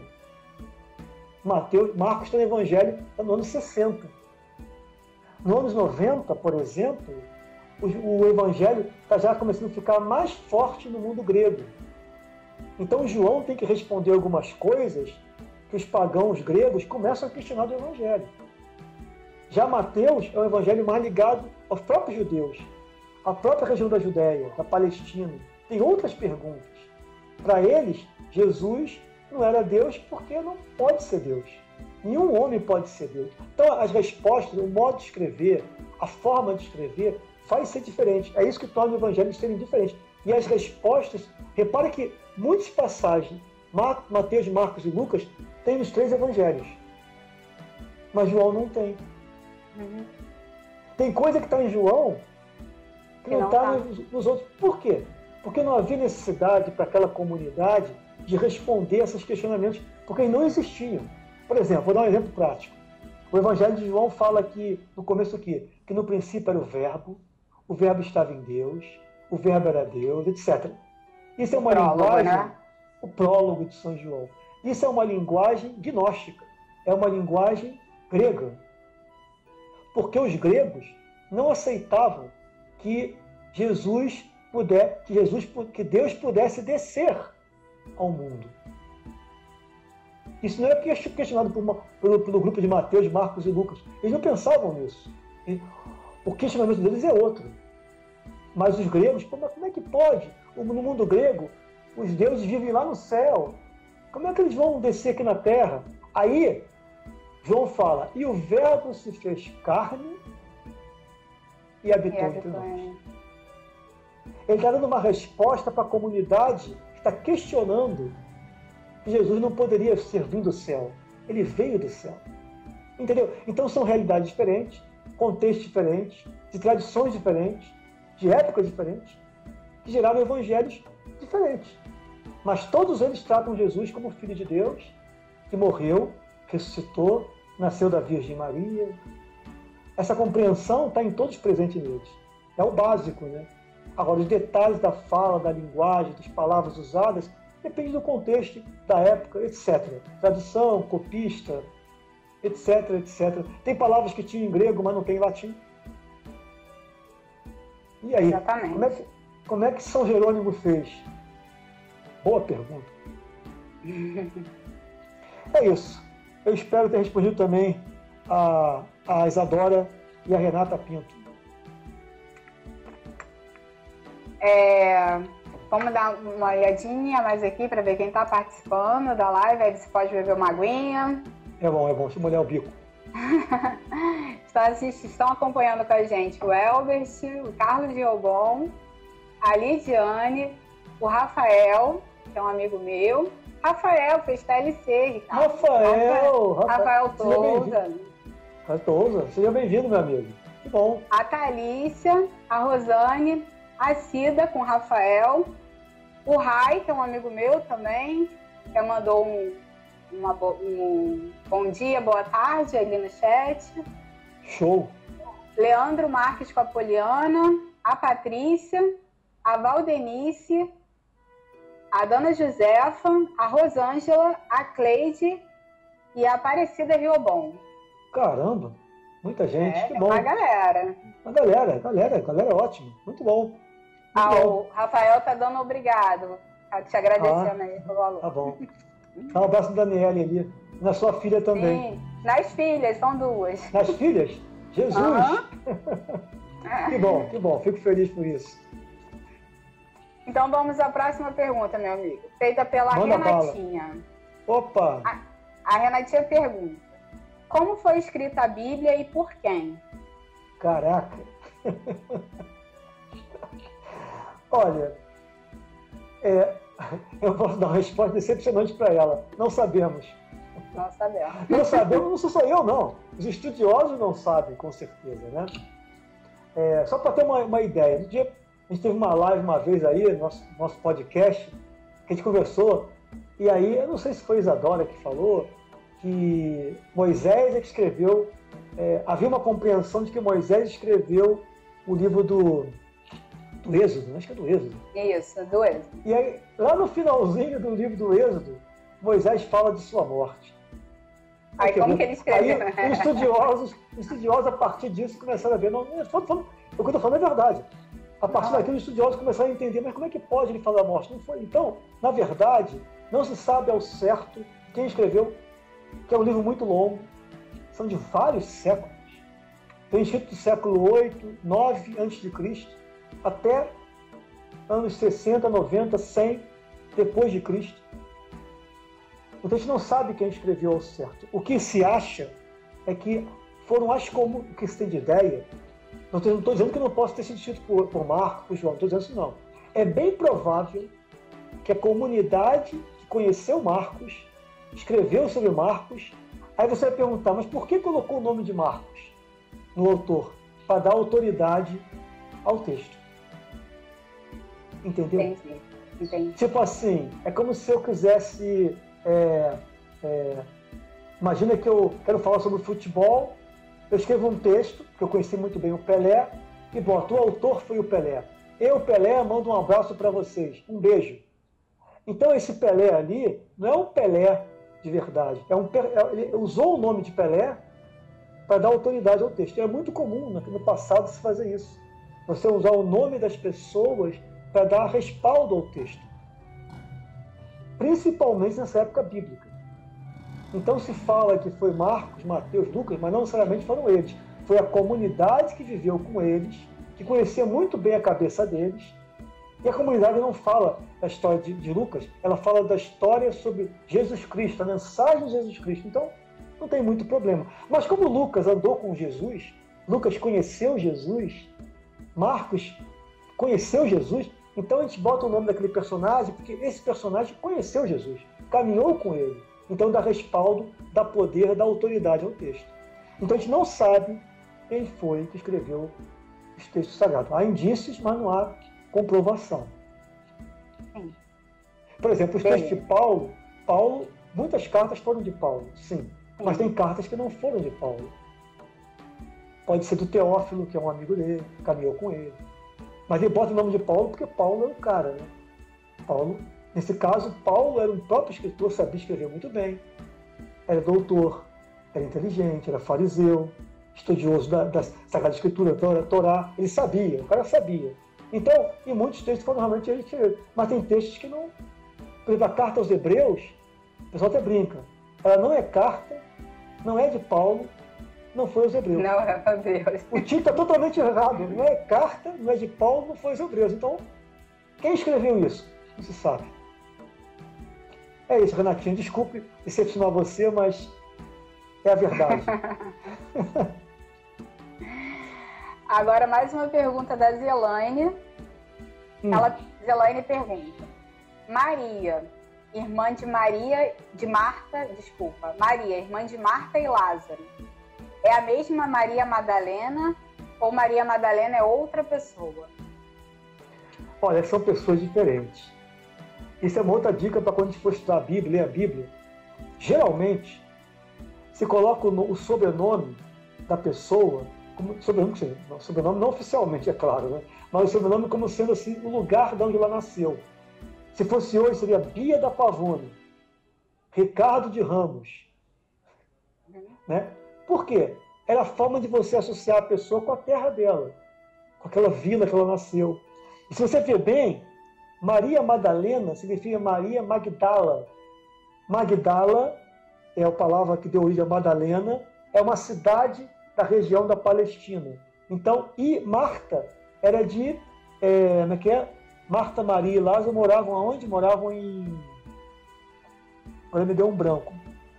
Marcos está no Evangelho, está no ano 60. Nos anos 90, por exemplo, o Evangelho está já começando a ficar mais forte no mundo grego. Então João tem que responder algumas coisas que os pagãos gregos começam a questionar do Evangelho. Já Mateus é um Evangelho mais ligado aos próprios judeus, à própria região da Judéia, da Palestina. Tem outras perguntas. Para eles, Jesus não era Deus porque não pode ser Deus. Nenhum homem pode ser Deus. Então, as respostas, o modo de escrever, a forma de escrever, faz ser diferente. É isso que torna o Evangelho serem diferentes. E as respostas, repara que muitas passagens, Mateus, Marcos e Lucas, tem nos 3 Evangelhos. Mas João não tem. Tem coisa que está em João que não está nos outros. Por quê? Porque não havia necessidade para aquela comunidade de responder a esses questionamentos, porque eles não existiam. Por exemplo, vou dar um exemplo prático. O Evangelho de João fala aqui, no começo aqui, que no princípio era o verbo estava em Deus, o verbo era Deus, etc. Isso é uma linguagem, né? O prólogo de São João. Isso é uma linguagem gnóstica, é uma linguagem grega. Porque os gregos não aceitavam que que Deus pudesse descer ao mundo. Isso não é questionado pelo grupo de Mateus, Marcos e Lucas. Eles não pensavam nisso. O questionamento deles é outro. Mas os gregos, como é que pode? No mundo grego, os deuses vivem lá no céu. Como é que eles vão descer aqui na terra? Aí, João fala, e o verbo se fez carne e habitou entre nós. Ele está dando uma resposta para a comunidade que está questionando que Jesus não poderia ser vindo do céu. Ele veio do céu. Entendeu? Então são realidades diferentes, contextos diferentes, de tradições diferentes, de épocas diferentes, que geraram evangelhos diferentes. Mas todos eles tratam Jesus como Filho de Deus, que morreu, ressuscitou, nasceu da Virgem Maria. Essa compreensão está em todos presentes neles. É o básico, né? Agora, os detalhes da fala, da linguagem, das palavras usadas, depende do contexto, da época, etc. Tradução, copista, etc, etc. Tem palavras que tinham em grego, mas não tem em latim. E aí? Exatamente. Como é que São Jerônimo fez? Boa pergunta. É isso. Eu espero ter respondido também a Isadora e a Renata Pinto. Vamos dar uma olhadinha mais aqui para ver quem está participando da live. Aí você pode beber uma aguinha. É bom. Deixa eu molhar o bico. Estão acompanhando com a gente o Elbert, o Carlos Giobon, a Lidiane, o Rafael, que é um amigo meu. Rafael fez TLC, Ricardo. Rafael Touza. Seja bem-vindo, meu amigo. Que bom. A Thalícia, a Rosane, a Cida com o Rafael, o Rai, que é um amigo meu também, que mandou um bom dia, boa tarde ali no chat. Show! Leandro Marques com a Poliana, a Patrícia, a Valdenice, a Dona Josefa, a Rosângela, a Cleide e a Aparecida Riobon. Caramba! Muita gente, que bom. Uma galera. Galera ótima, muito bom. O Rafael tá dando obrigado, tá te agradecendo aí pelo valor. Tá bom. Dá um abraço da Daniele ali, na sua filha também. Sim, nas filhas, são duas. Nas filhas? Jesus! Que bom, fico feliz por isso. Então vamos à próxima pergunta, meu amigo, feita pela Renatinha. Opa! A Renatinha pergunta: como foi escrita a Bíblia e por quem? Caraca! Olha, eu posso dar uma resposta decepcionante para ela. Não sabemos. Não sabemos, não sou eu, não. Os estudiosos não sabem, com certeza, né? Só para ter uma ideia, no dia, a gente teve uma live uma vez aí, nosso podcast, que a gente conversou, e aí, eu não sei se foi Isadora que falou, que Moisés é que escreveu, havia uma compreensão de que Moisés escreveu o livro do Êxodo, acho que é do Êxodo. Isso, do Êxodo. E aí, lá no finalzinho do livro do Êxodo, Moisés fala de sua morte. Aí como que ele escreveu? Aí, os estudiosos, a partir disso, começaram a ver, o que eu estou falando é verdade. A partir daquilo, os estudiosos começaram a entender, mas como é que pode ele falar da morte? Não foi. Então, na verdade, não se sabe ao certo quem escreveu, que é um livro muito longo, são de vários séculos. Foi escrito do século 8, 9 a.C., até anos 60, 90, 100 depois de Cristo. Então a gente não sabe quem escreveu ao certo. O que se acha é que foram as comuns, o que se tem de ideia. Não estou dizendo que não possa ter sido escrito por Marcos, por João, não estou dizendo isso não. É bem provável que a comunidade que conheceu Marcos, escreveu sobre Marcos, aí você vai perguntar, mas por que colocou o nome de Marcos no autor? Para dar autoridade ao texto. Entendeu? Entendi. Tipo assim, é como se eu quisesse Imagina que eu quero falar sobre futebol, eu escrevo um texto, que eu conheci muito bem o Pelé, e boto, o autor foi o Pelé. Eu, Pelé, mando um abraço para vocês, um beijo. Então esse Pelé ali não é um Pelé de verdade, ele usou o nome de Pelé para dar autoridade ao texto. É muito comum no passado se fazer isso. Você usar o nome das pessoas para dar respaldo ao texto. Principalmente nessa época bíblica. Então se fala que foi Marcos, Mateus, Lucas, mas não necessariamente foram eles. Foi a comunidade que viveu com eles, que conhecia muito bem a cabeça deles. E a comunidade não fala da história de Lucas, ela fala da história sobre Jesus Cristo, a mensagem de Jesus Cristo. Então, não tem muito problema. Mas como Lucas andou com Jesus, Lucas conheceu Jesus, Marcos conheceu Jesus, então a gente bota o nome daquele personagem, porque esse personagem conheceu Jesus, caminhou com ele. Então dá respaldo, dá poder, dá autoridade ao texto. Então a gente não sabe quem foi que escreveu os textos sagrados. Há indícios, mas não há comprovação. Sim. Por exemplo, os textos de Paulo, muitas cartas foram de Paulo, sim. Mas tem cartas que não foram de Paulo. Pode ser do Teófilo, que é um amigo dele, caminhou com ele. Mas ele bota o nome de Paulo porque Paulo é o cara, né? Paulo, nesse caso, Paulo era um próprio escritor, sabia escrever muito bem. Era doutor, era inteligente, era fariseu, estudioso da Sagrada Escritura, da Torá. Ele sabia, o cara sabia. Então, em muitos textos foram realmente ele escreveu. Mas tem textos que não... Por exemplo, a carta aos Hebreus, o pessoal até brinca. Ela não é carta, não é de Paulo, não foi aos Hebreus. Não é para Deus. O título está totalmente errado. Não é carta, não é de Paulo, não foi aos Hebreus. Então, quem escreveu isso? Não se sabe. É isso, Renatinho. Desculpe decepcionar você, mas é a verdade. Agora, mais uma pergunta da Zelaine. Zelaine pergunta. Maria, irmã de Maria e Lázaro, é a mesma Maria Madalena ou Maria Madalena é outra pessoa? Olha, são pessoas diferentes. Isso é uma outra dica para quando a gente for estudar a Bíblia, ler a Bíblia. Geralmente, se coloca o sobrenome da pessoa, como sobrenome não oficialmente, é claro, né? Mas o sobrenome como sendo assim o lugar de onde ela nasceu. Se fosse hoje, seria Bia da Pavone, Ricardo de Ramos. Né? Por quê? Era a forma de você associar a pessoa com a terra dela, com aquela vila que ela nasceu. E se você ver bem, Maria Madalena significa Maria Magdala. Magdala é a palavra que deu origem a Madalena, é uma cidade da região da Palestina. Então, e Marta era de... como é que é? Marta, Maria e Lázaro moravam aonde? Moravam em... Agora me deu um branco.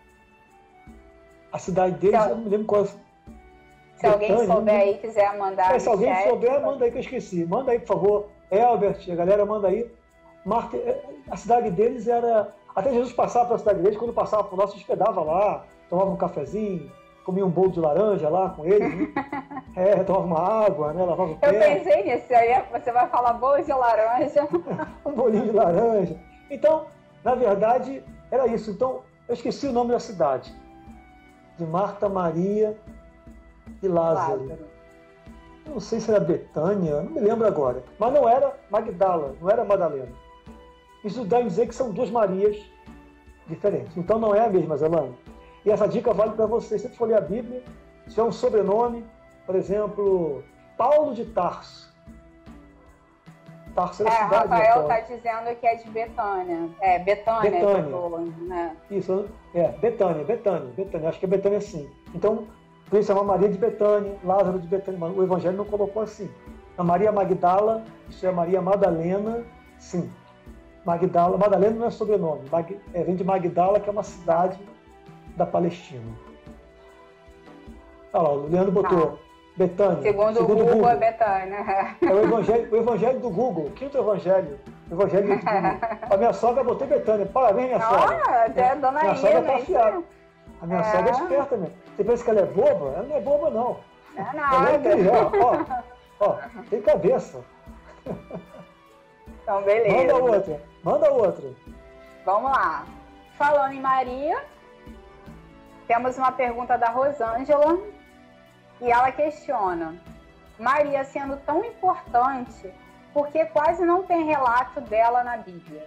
A cidade deles, eu não me lembro qual... Se alguém souber aí, quiser mandar se alguém souber, manda aí que eu esqueci. Manda aí, por favor. Elbert, a galera, manda aí. Marta, a cidade deles era... Até Jesus passava pela cidade deles, quando passava por lá, se hospedava lá, tomava um cafezinho, comia um bolo de laranja lá com eles, né? Tomava uma água, né? Lavava o pé. Eu pensei nisso, aí você vai falar bolo de laranja. Um bolinho de laranja. Então, na verdade, era isso. Então, eu esqueci o nome da cidade. De Marta, Maria e Lázaro. Não sei se era Betânia, não me lembro agora. Mas não era Magdala, não era Madalena. Isso dá a dizer que são duas Marias diferentes. Então não é a mesma, Zelane. E essa dica vale para você. Se você for ler a Bíblia, se tiver um sobrenome, por exemplo, Paulo de Tarso. Tarso é a cidade. Rafael está dizendo que é de Betânia. Betânia. Né? Isso, Betânia. Acho que é Betânia sim. Então, por isso é uma Maria de Betânia, Lázaro de Betânia. O Evangelho não colocou assim. A Maria Magdala, isso é Maria Madalena, sim. Madalena não é sobrenome, vem de Magdala, que é uma cidade da Palestina. Olha lá, o Leandro botou Betânia. Segundo o Google é Betânia. É o evangelho do Google, quinto evangelho. O evangelho do Google. A minha sogra botou Betânia. Parabéns, minha sogra. Até dona minha sogra tá né? afiada. A minha sogra é esperta mesmo. Você pensa que ela é boba? Ela não é boba, não. Ela é inteligente. Ó, tem cabeça. Então, beleza. Manda outra. Vamos lá. Falando em Maria, Temos uma pergunta da Rosângela e ela questiona: Maria sendo tão importante, por que quase não tem relato dela na Bíblia?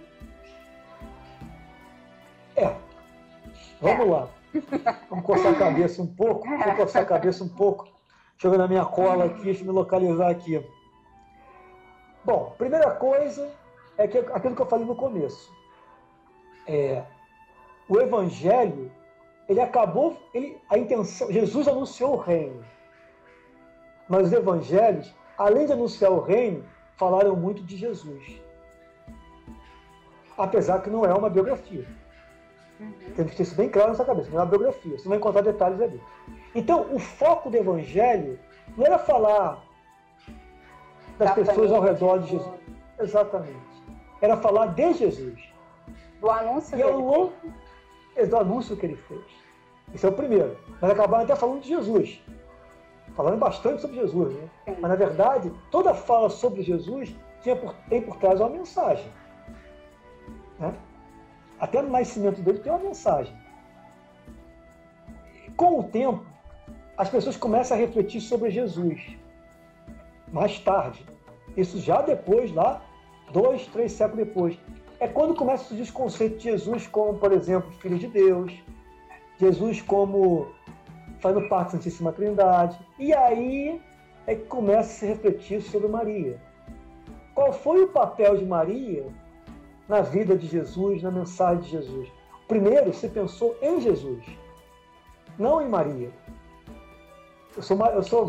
Vamos lá. Vamos coçar a cabeça um pouco. Deixa eu coçar a cabeça um pouco. Deixa eu ver na minha cola aqui, deixa eu me localizar aqui. Bom, primeira coisa é que aquilo que eu falei no começo. O Evangelho, a intenção, Jesus anunciou o reino. Mas os evangelhos, além de anunciar o reino, falaram muito de Jesus. Apesar que não é uma biografia. Temos que ter isso bem claro na nossa cabeça, não é uma biografia. Você vai encontrar detalhes ali. Então, o foco do evangelho não era falar das pessoas ao redor de Jesus. Exatamente. Era falar de Jesus. Do anúncio do anúncio que ele fez. Esse é o primeiro. Mas acabaram até falando de Jesus. Falando bastante sobre Jesus, né? Mas, na verdade, toda fala sobre Jesus tem por trás uma mensagem. Né? Até no nascimento dele tem uma mensagem. Com o tempo, as pessoas começam a refletir sobre Jesus. Mais tarde. Isso já depois, lá, 2, 3 séculos depois. É quando começa a surgir os conceitos de Jesus como, por exemplo, Filho de Deus. Jesus como fazendo parte da Santíssima Trindade. E aí é que começa a se refletir sobre Maria. Qual foi o papel de Maria na vida de Jesus, na mensagem de Jesus? Primeiro, se pensou em Jesus, não em Maria. Eu sou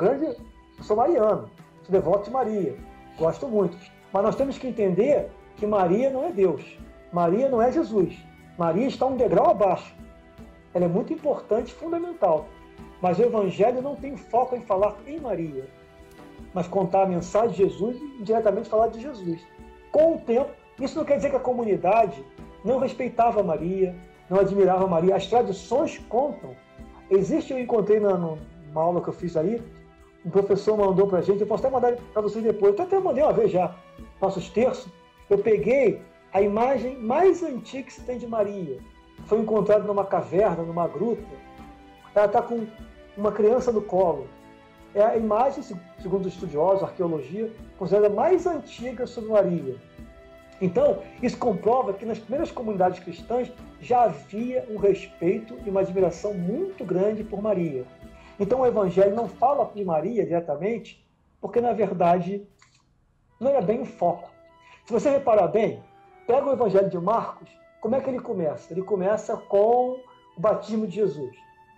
mariano, sou devoto de Maria, gosto muito. Mas nós temos que entender que Maria não é Deus. Maria não é Jesus. Maria está um degrau abaixo. Ela é muito importante, fundamental. Mas o Evangelho não tem foco em falar em Maria, mas contar a mensagem de Jesus e diretamente falar de Jesus. Com o tempo, isso não quer dizer que a comunidade não respeitava Maria, não admirava Maria. As tradições contam. Eu encontrei numa aula que eu fiz aí, um professor mandou para a gente, eu posso até mandar para vocês depois, eu até mandei uma vez já, nossos terços, eu peguei a imagem mais antiga que se tem de Maria. Foi encontrada numa caverna, numa gruta. Ela está com uma criança no colo. É a imagem, segundo os estudiosos, arqueologia, considerada mais antiga sobre Maria. Então, isso comprova que nas primeiras comunidades cristãs já havia um respeito e uma admiração muito grande por Maria. Então, o Evangelho não fala de Maria diretamente, porque, na verdade, não é bem o foco. Se você reparar bem, pega o Evangelho de Marcos, como é que ele começa? Ele começa com o batismo de Jesus.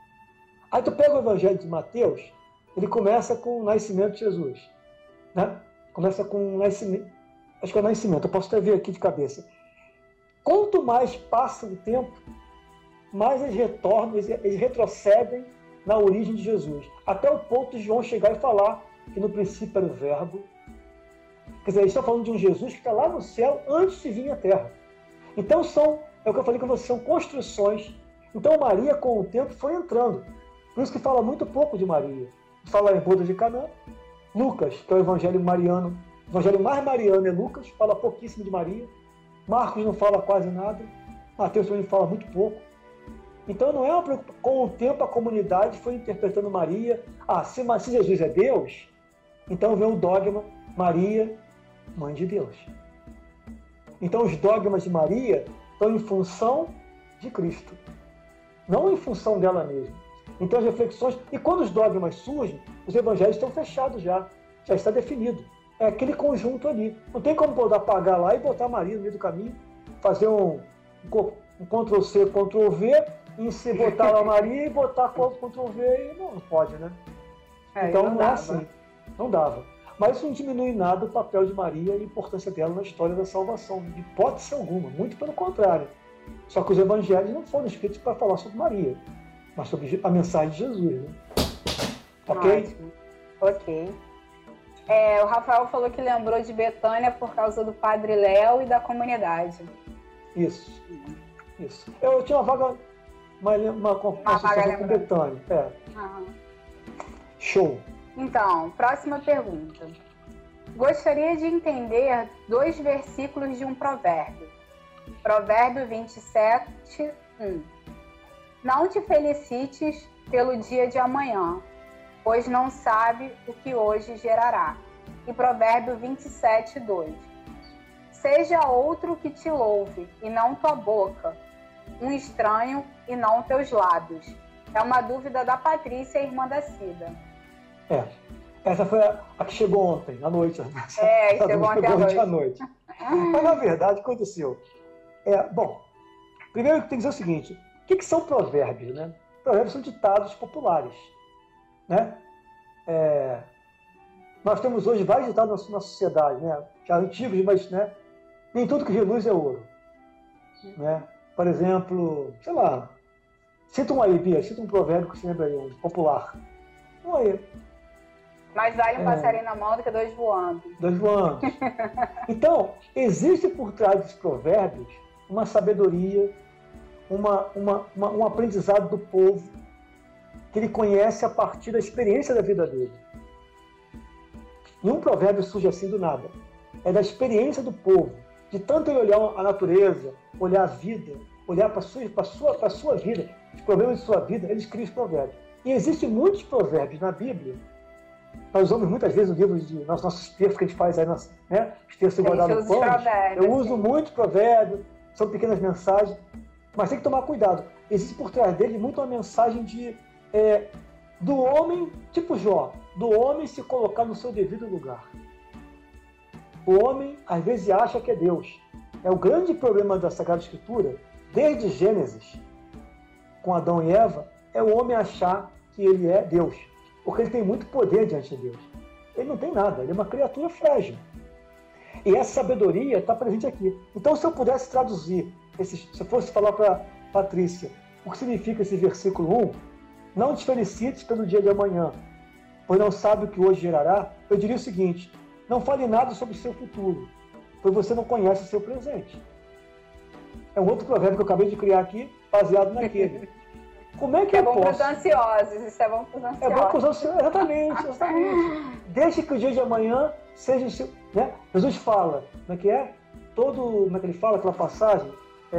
Aí tu pega o Evangelho de Mateus, ele começa com o nascimento de Jesus. Né? Começa com o nascimento. Acho que é o nascimento, eu posso até ver aqui de cabeça. Quanto mais passa o tempo, mais eles retornam, eles retrocedem na origem de Jesus. Até o ponto de João chegar e falar que no princípio era o Verbo. Quer dizer, eles estão falando de um Jesus que está lá no céu antes de vir à Terra. Então é o que eu falei com vocês, são construções. Então Maria, com o tempo, foi entrando. Por isso que fala muito pouco de Maria. Fala em boda de Caná. Lucas, que é o evangelho mariano. O evangelho mais mariano é Lucas, fala pouquíssimo de Maria. Marcos não fala quase nada. Mateus também fala muito pouco. Então não é uma preocupação. Com o tempo a comunidade foi interpretando Maria. Se Jesus é Deus, então vem o dogma Maria, mãe de Deus. Então os dogmas de Maria estão em função de Cristo, não em função dela mesma. Então as reflexões, e quando os dogmas surgem, os evangelhos estão fechados já está definido. É aquele conjunto ali. Não tem como poder apagar lá e botar Maria no meio do caminho, fazer um Ctrl-C, Ctrl-V, e botar lá Maria e botar Ctrl-V, não pode, né? Então não é assim, não dava. Mas isso não diminui nada o papel de Maria e a importância dela na história da salvação, de hipótese alguma, muito pelo contrário. Só que os evangelhos não foram escritos para falar sobre Maria, mas sobre a mensagem de Jesus, né? Ok? Ótimo. Ok. O Rafael falou que lembrou de Betânia por causa do Padre Léo e da comunidade. Isso. Eu tinha uma associação com Betânia. Show. Então, próxima pergunta. Gostaria de entender 2 versículos de um provérbio. Provérbio 27, 1. Não te felicites pelo dia de amanhã, pois não sabe o que hoje gerará. E Provérbio 27, 2. Seja outro que te louve, e não tua boca, um estranho e não teus lábios. É uma dúvida da Patrícia, irmã da Cida. Essa foi a que chegou ontem, à noite. Chegou ontem à noite. Mas, na verdade, o que aconteceu? Bom, primeiro tem que dizer o seguinte, o que são provérbios, né? Provérbios são ditados populares, né? Nós temos hoje vários ditados na sociedade, né? Já antigos, mas, né? Nem tudo que reluz é ouro, né? Por exemplo, sei lá, cita um aí, Bia, cita um provérbio que você lembra aí, um popular. Um aí. Mais vale um passarinho na mão do que dois voando. Dois voando. Então, existe por trás dos provérbios uma sabedoria, um aprendizado do povo que ele conhece a partir da experiência da vida dele. Nenhum provérbio surge assim do nada. É da experiência do povo, de tanto ele olhar a natureza, olhar a vida, olhar para a sua vida, os problemas de sua vida, ele escreve os provérbios. E existem muitos provérbios na Bíblia. Nós usamos muitas vezes o livro de nossos textos que a gente faz aí, né? Os textos guardados no pano. Eu uso muito provérbio, são pequenas mensagens, mas tem que tomar cuidado. Existe por trás dele muito uma mensagem do homem, tipo Jó, do homem se colocar no seu devido lugar. O homem, às vezes, acha que é Deus. É o grande problema da Sagrada Escritura, desde Gênesis, com Adão e Eva, é o homem achar que ele é Deus. Porque ele tem muito poder diante de Deus. Ele não tem nada, ele é uma criatura frágil. E essa sabedoria está presente aqui. Então, se eu pudesse traduzir, se eu fosse falar para Patrícia o que significa esse versículo 1, não te felicites pelo dia de amanhã, pois não sabe o que hoje gerará, eu diria o seguinte, não fale nada sobre o seu futuro, pois você não conhece o seu presente. É um outro provérbio que eu acabei de criar aqui, baseado naquele. Como é que eu posso... É bom para os ansiosos, isso é bom para os ansiosos. É bom para os ansiosos, exatamente. Deixe que o dia de amanhã seja... Né? Jesus fala, como é que é? Como é que ele fala, aquela passagem?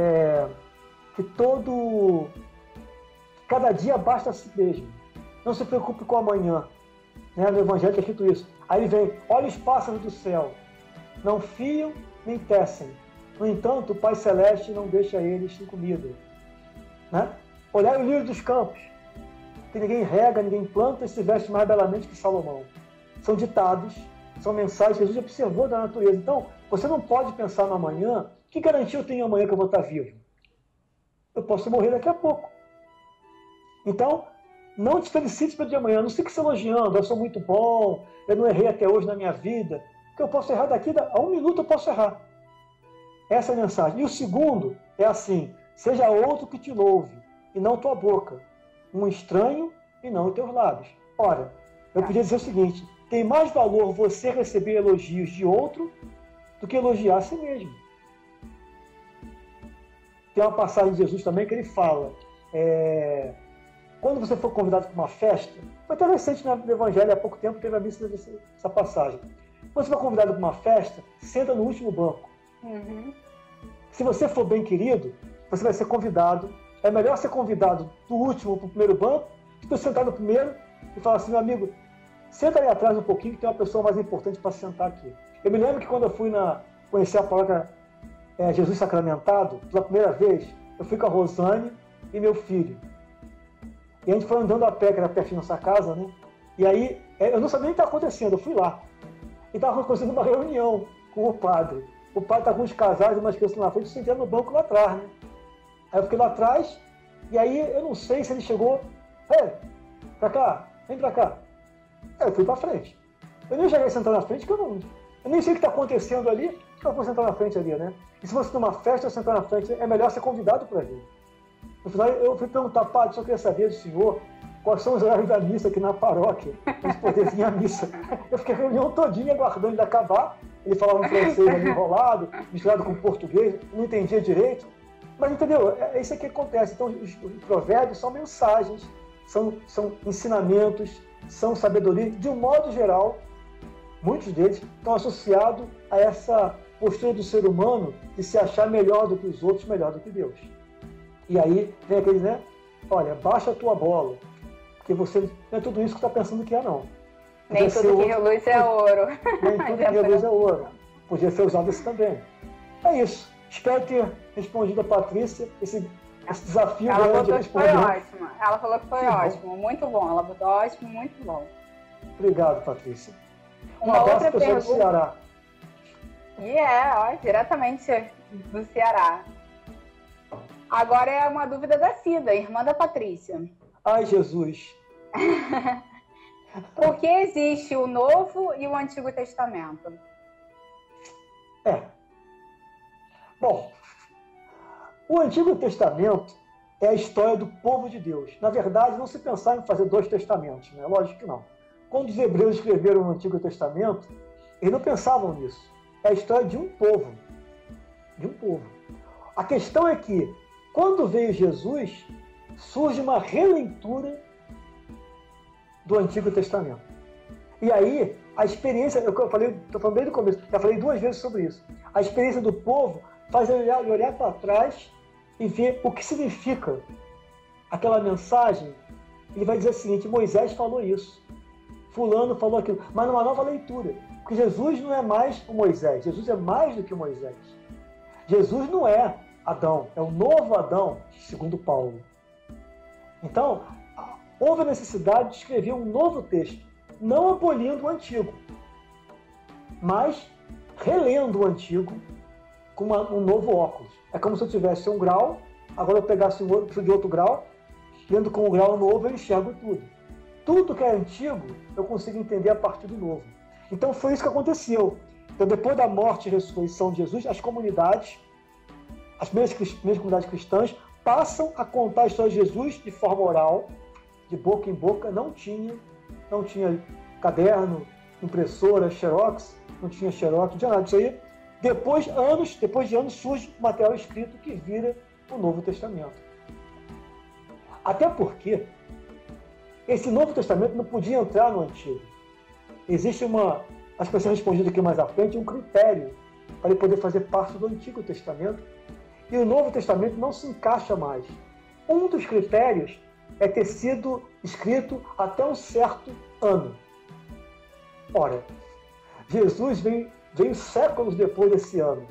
Cada dia basta a si mesmo. Não se preocupe com o amanhã. Né? No Evangelho é escrito isso. Aí vem, olha os pássaros do céu. Não fiam nem tecem. No entanto, o Pai Celeste não deixa eles sem comida. Né? Olhar o lírio dos campos, que ninguém rega, ninguém planta e se veste mais belamente que Salomão. São ditados, são mensagens que Jesus observou da natureza. Então, você não pode pensar no amanhã. Que garantia eu tenho amanhã que eu vou estar vivo? Eu posso morrer daqui a pouco. Então, não te felicites pelo dia de amanhã. Não fique se elogiando, eu sou muito bom, eu não errei até hoje na minha vida. Porque eu posso errar daqui a 1 minuto, eu posso errar. Essa é a mensagem. E o segundo é assim, seja outro que te louve, e não tua boca, um estranho e não os teus lábios. Ora, eu podia dizer o seguinte, tem mais valor você receber elogios de outro do que elogiar a si mesmo. Tem uma passagem de Jesus também que ele fala, quando você for convidado para uma festa, foi até recente no Evangelho, há pouco tempo teve a missa dessa passagem. Quando você for convidado para uma festa, senta no último banco. Uhum. Se você for bem querido, você vai ser convidado. É melhor ser convidado do último para o primeiro banco do que sentar no primeiro e falar assim, meu amigo, senta ali atrás um pouquinho que tem uma pessoa mais importante para sentar aqui. Eu me lembro que quando eu fui conhecer a paróquia Jesus Sacramentado, pela primeira vez, eu fui com a Rosane e meu filho. E a gente foi andando a pé, que era pertinho da nossa casa, né? E aí, eu não sabia nem o que estava acontecendo, eu fui lá. E estava acontecendo uma reunião com o padre. O padre estava com uns casais e umas crianças na frente, sentando no banco lá atrás, né? Aí eu fiquei lá atrás, e aí eu não sei se ele chegou, pra cá, vem pra cá. Aí eu fui pra frente. Eu nem cheguei a sentar na frente, porque eu nem sei o que está acontecendo ali, que eu vou sentar na frente ali, né? E se você numa festa, sentar na frente, é melhor ser convidado para vir. No final, eu fui perguntar, padre, só queria saber do senhor quais são os horários da missa aqui na paróquia, para a gente poder vir à missa. Eu fiquei a reunião todinha aguardando ele acabar, ele falava em francês ali enrolado, misturado com português, não entendia direito. Mas entendeu? É isso que acontece. Então, os provérbios são mensagens, são ensinamentos, são sabedoria. De um modo geral, muitos deles estão associados a essa postura do ser humano de se achar melhor do que os outros, melhor do que Deus. E aí vem aquele, né? olha, baixa a tua bola, porque você não é tudo isso que está pensando que é, não. Nem tudo que reluz é ouro. Nem tudo que reluz é ouro. Podia ser usado isso também. É isso. Espero ter respondido a Patrícia esse desafio grande de responder. Foi ótimo. Ela falou que foi ótimo. Muito bom. Ela botou ótimo, muito bom. Obrigado, Patrícia. Uma abraço outra pessoal pergunta. do Ceará. Diretamente do Ceará. Agora é uma dúvida da Cida, irmã da Patrícia. Ai, Jesus. Por que existe o Novo e o Antigo Testamento? Bom, o Antigo Testamento é a história do povo de Deus. Na verdade, não se pensava em fazer 2 testamentos, né? Lógico que não. Quando os hebreus escreveram o Antigo Testamento, eles não pensavam nisso. É a história de um povo. De um povo. A questão é que, quando veio Jesus, surge uma releitura do Antigo Testamento. E aí, a experiência, eu falei, estou falando desde o começo, já falei 2 vezes sobre isso. A experiência do povo faz ele olhar para trás e ver o que significa aquela mensagem. Ele vai dizer o seguinte: Moisés falou isso, fulano falou aquilo, mas numa nova leitura. Porque Jesus não é mais o Moisés, Jesus é mais do que o Moisés. Jesus não é Adão, é o novo Adão, segundo Paulo. Então, houve a necessidade de escrever um novo texto, não abolindo o antigo, mas relendo o antigo com um novo óculos. É como se eu tivesse um grau, agora eu pegasse um outro de outro grau, lendo com um grau novo eu enxergo tudo. Tudo que é antigo eu consigo entender a partir do novo. Então foi isso que aconteceu. Então, depois da morte e ressurreição de Jesus, as comunidades, as primeiras comunidades cristãs, passam a contar a história de Jesus de forma oral, de boca em boca. Não tinha caderno, impressora, xerox, não tinha nada disso aí. Depois de anos, surge o material escrito que vira o Novo Testamento. Até porque esse Novo Testamento não podia entrar no Antigo. Existe acho que vai ser respondido aqui mais à frente, um critério para ele poder fazer parte do Antigo Testamento, e o Novo Testamento não se encaixa mais. Um dos critérios é ter sido escrito até um certo ano. Ora, Jesus veio séculos depois desse ano.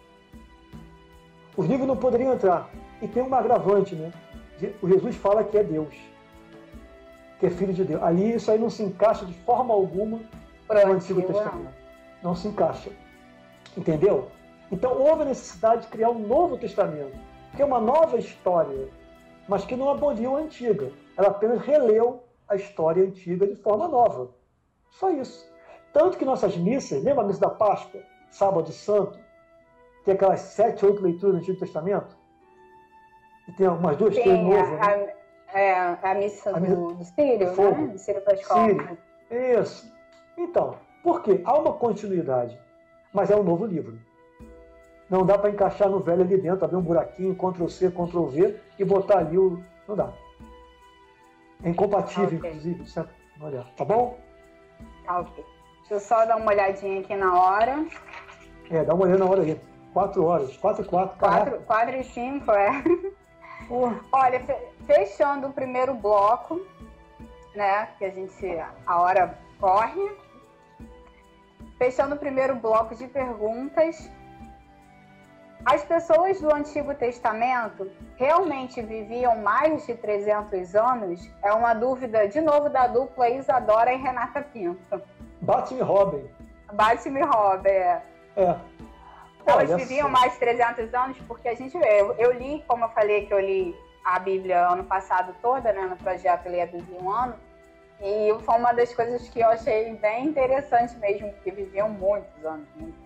Os livros não poderiam entrar. E tem um agravante, né? O Jesus fala que é Deus, que é Filho de Deus. Ali isso aí não se encaixa de forma alguma no Antigo Testamento. Não se encaixa. Entendeu? Então houve a necessidade de criar um Novo Testamento, que é uma nova história, mas que não aboliu a antiga. Ela apenas releu a história antiga de forma nova. Só isso. Tanto que nossas missas, lembra a missa da Páscoa, Sábado Santo, tem aquelas 7, 8 leituras do Antigo Testamento? E tem algumas 2, 3 novas, né? A missa do Círio, né? Do Círio Pascal. Círio. Isso. Então, por quê? Há uma continuidade, mas é um novo livro. Não dá para encaixar no velho ali dentro, abrir um buraquinho, Ctrl+C, Ctrl+V e botar ali o... Não dá. É incompatível, inclusive. Olha, tá bom? Tá, ok. Deixa eu só dar uma olhadinha aqui na hora. Dá uma olhada na hora aí. 4 horas, 4 e 4. 4 e 5, Olha, fechando o primeiro bloco, né, que a hora corre. Fechando o primeiro bloco de perguntas. As pessoas do Antigo Testamento realmente viviam mais de 300 anos? É uma dúvida, de novo, da dupla Isadora e Renata Pinto. Bate-me Robin. Bate-me Robin, Elas viviam mais de 300 anos? Porque a gente vê, eu li, como eu falei, que eu li a Bíblia ano passado toda, né, no projeto Ler a Bíblia em um Ano, e foi uma das coisas que eu achei bem interessante mesmo, porque viviam muitos anos.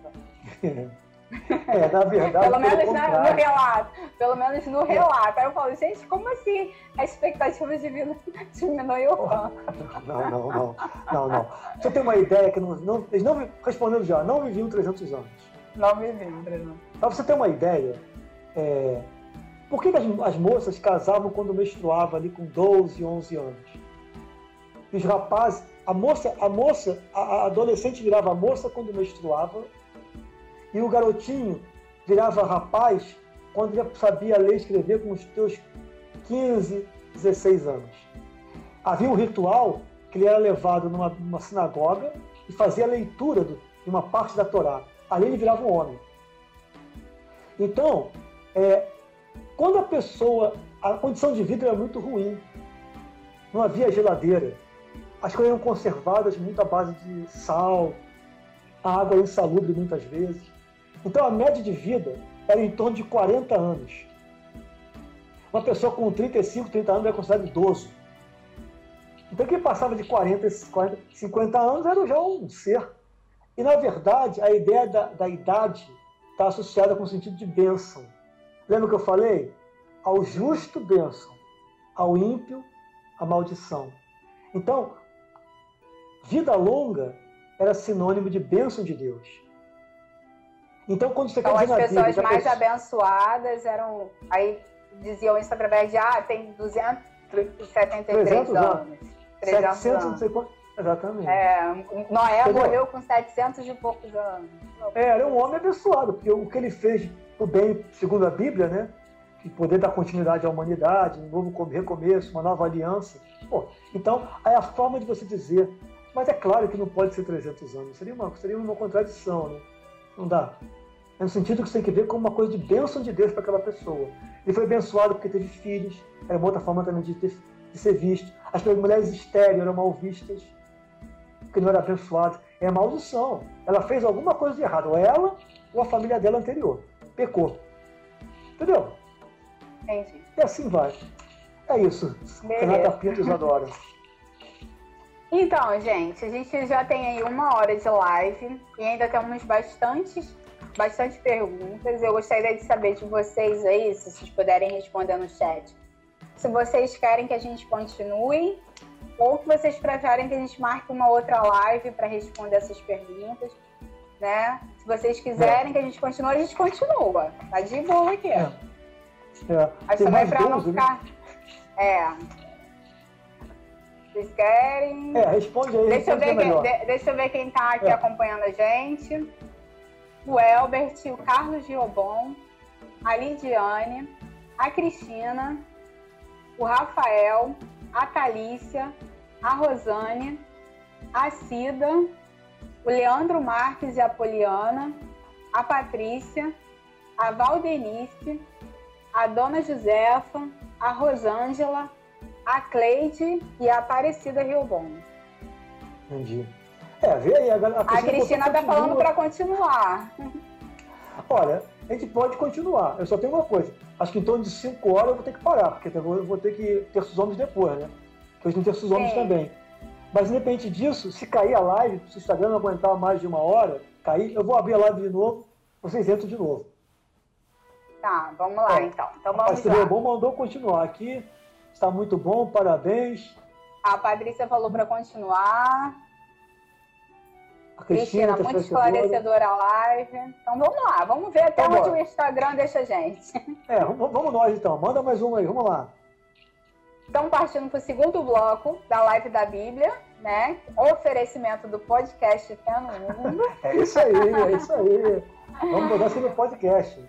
Na verdade, pelo menos no relato. Pelo menos no relato. Aí eu falo, gente, como assim a expectativa de vida diminuiu tanto? Não. Você tem uma ideia que eles não respondendo já, não viviam 300 anos. Não viviam 300 anos. Para você ter uma ideia, por que as moças casavam quando menstruavam ali com 12, 11 anos? E os rapazes, a adolescente virava moça quando menstruava, e o garotinho virava rapaz quando ele sabia ler e escrever com os seus 15, 16 anos. Havia um ritual que ele era levado numa sinagoga e fazia a leitura de uma parte da Torá. Ali ele virava um homem. Então, quando a condição de vida era muito ruim, não havia geladeira, as coisas eram conservadas muito à base de sal, a água era insalubre muitas vezes. Então a média de vida era em torno de 40 anos. Uma pessoa com 35, 30 anos era considerada idoso. Então quem passava de 40, 50 anos era já um ser. E na verdade a ideia da idade está associada com o sentido de bênção. Lembra que eu falei? Ao justo, bênção. Ao ímpio, a maldição. Então, vida longa era sinônimo de bênção de Deus. Então, quando você quer dizer na Bíblia... As pessoas mais abençoadas eram... Aí diziam isso através de... tem 273 anos. 700, não sei quanto. Exatamente. Noé morreu com 700 e poucos anos. Era um homem abençoado, porque o que ele fez o bem, segundo a Bíblia, né? E poder dar continuidade à humanidade, um novo recomeço, uma nova aliança. Então, é a forma de você dizer. Mas é claro que não pode ser 300 anos. Seria uma contradição, né? Não dá. É no sentido que você tem que ver como uma coisa de bênção de Deus para aquela pessoa. Ele foi abençoado porque teve filhos. Era uma outra forma também de ser visto. As mulheres estéreis eram mal vistas, porque não era abençoado. É maldição. Ela fez alguma coisa de errado. Ou ela, ou a família dela anterior. Pecou. Entendeu? Entendi. E assim vai. É isso. Renata Pinto e Isadora. Então, gente, a gente já tem aí 1 hora de live e ainda temos bastante perguntas. Eu gostaria de saber de vocês aí, se vocês puderem responder no chat, se vocês querem que a gente continue ou que vocês preferem que a gente marque uma outra live para responder essas perguntas, né? Se vocês quiserem que a gente continue, a gente continua. Tá de boa aqui. Mas também para não ficar... Vocês querem? Responde aí. Deixa eu ver quem está aqui acompanhando a gente. O Elbert, o Carlos Giobon, a Lidiane, a Cristina, o Rafael, a Thalícia, a Rosane, a Cida, o Leandro Marques e a Poliana, a Patrícia, a Valdenice, a Dona Josefa, a Rosângela, a Cleide e a Aparecida Riobon. Entendi. Vê aí. A Cristina está falando para continuar. Olha, a gente pode continuar. Eu só tenho uma coisa. Acho que em torno de 5 horas eu vou ter que parar, porque eu vou ter que ter os homens depois, né? Porque hoje não tem os homens também. Mas, independente disso, se cair a live, se o Instagram não aguentar mais de 1 hora, eu vou abrir a live de novo, vocês entram de novo. Tá, vamos lá então. Então vamos lá. O Bom mandou continuar aqui. Está muito bom, parabéns. A Patrícia falou para continuar. A Cristina, muito esclarecedora a live. Então vamos lá, vamos ver até onde o Instagram deixa a gente. Vamos nós então. Manda mais uma aí, vamos lá. Então, partindo para o segundo bloco da live da Bíblia, né? Oferecimento do podcast Fé no Mundo. É isso aí. Vamos mudar sobre o podcast.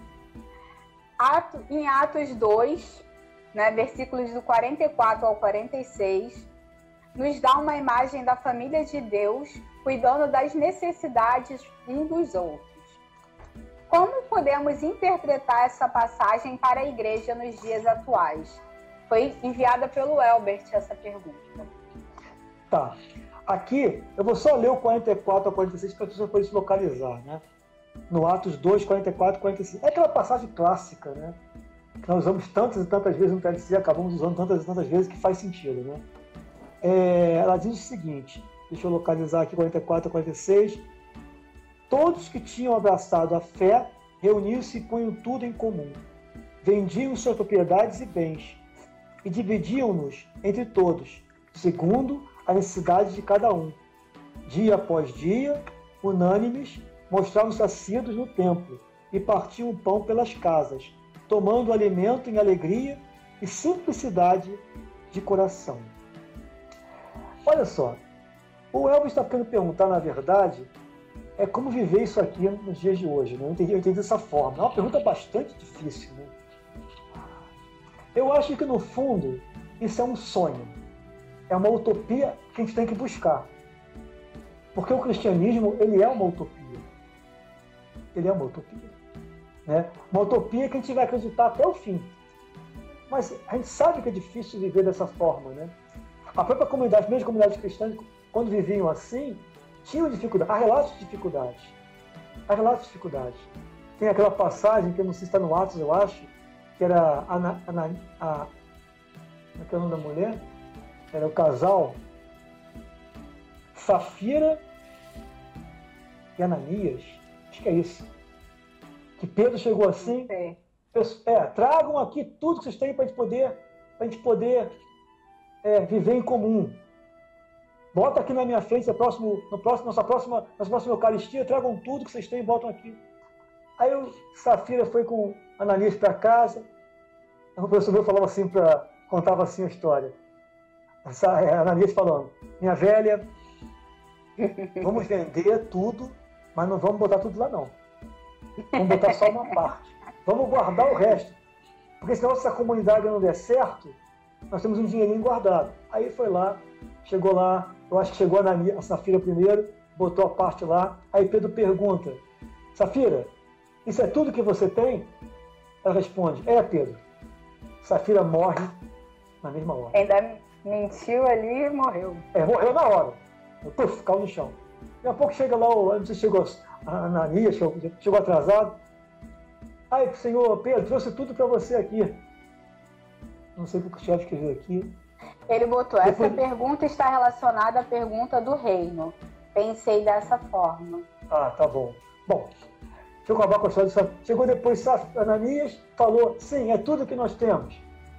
Em Atos 2, né, versículos do 44 ao 46, nos dá uma imagem da família de Deus cuidando das necessidades uns dos outros. Como podemos interpretar essa passagem para a igreja nos dias atuais? Foi enviada pelo Elbert essa pergunta. Tá. Aqui, eu vou só ler o 44 ao 46 para você poder se localizar, né? No Atos 2, 44 e 45. É aquela passagem clássica, né? Que nós usamos tantas e tantas vezes no TLC, acabamos usando tantas e tantas vezes que faz sentido, né? Ela diz o seguinte, deixa eu localizar aqui 44 a 46. Todos que tinham abraçado a fé reuniam-se e punham tudo em comum. Vendiam suas propriedades e bens e dividiam-nos entre todos, segundo a necessidade de cada um. Dia após dia, unânimes, mostravam-se assíduos no templo e partiam o pão pelas casas, tomando o alimento em alegria e simplicidade de coração. Olha só, o Elvis está querendo perguntar, na verdade, como viver isso aqui nos dias de hoje, né? Eu entendi dessa forma. É uma pergunta bastante difícil, né? Eu acho que, no fundo, isso é um sonho. É uma utopia que a gente tem que buscar. Porque o cristianismo, ele é uma utopia. Ele é uma utopia. Né? Uma utopia que a gente vai acreditar até o fim. Mas a gente sabe que é difícil viver dessa forma. Né? A própria comunidade, mesmo comunidades cristãs, quando viviam assim, tinham dificuldade. Há relatos de dificuldades. Há relatos de dificuldades. Tem aquela passagem, que eu não sei se está no Atos, eu acho, que era como é que é o nome da mulher? Era o casal Safira e Ananias. Acho que é isso. Que Pedro chegou assim, tragam aqui tudo que vocês têm para a gente poder viver em comum. Bota aqui na minha frente, nossa próxima Eucaristia, tragam tudo que vocês têm e botam aqui. Aí o Safira foi com Ananias para casa. O professor meu falava assim, contava assim a história. Ananias falando, minha velha, vamos vender tudo, mas não vamos botar tudo lá não. Vamos botar só uma parte. Vamos guardar o resto. Porque senão, se a comunidade não der certo, nós temos um dinheirinho guardado. Aí foi lá, chegou lá, eu acho que chegou a Safira primeiro, botou a parte lá. Aí Pedro pergunta, Safira, isso é tudo que você tem? Ela responde, Pedro. Safira morre na mesma hora. Ainda mentiu ali e morreu. Morreu na hora. Puf, caiu no chão. Daqui a pouco chega lá, não sei se chegou a Ananias, chegou atrasado. Aí, senhor Pedro, trouxe tudo para você aqui. Não sei o que o chefe escreveu aqui. Ele botou, essa pergunta está relacionada à pergunta do reino. Pensei dessa forma. Ah, tá bom. Bom, deixa eu acabar com a história. Chegou depois Ananias, falou, sim, é tudo que nós temos.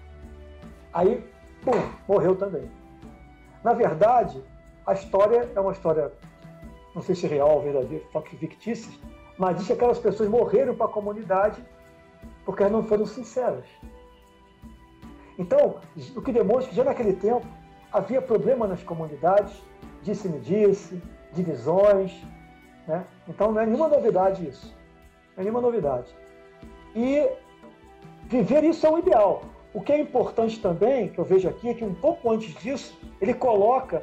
Aí, pum, morreu também. Na verdade, a história é uma história, não sei se real ou verdadeira, fictícia, mas diz que aquelas pessoas morreram para a comunidade porque elas não foram sinceras. Então, o que demonstra que já naquele tempo havia problema nas comunidades, disse-me-disse, divisões, né? Então não é nenhuma novidade isso. Não é nenhuma novidade. E viver isso é o ideal. O que é importante também, que eu vejo aqui, é que um pouco antes disso, ele coloca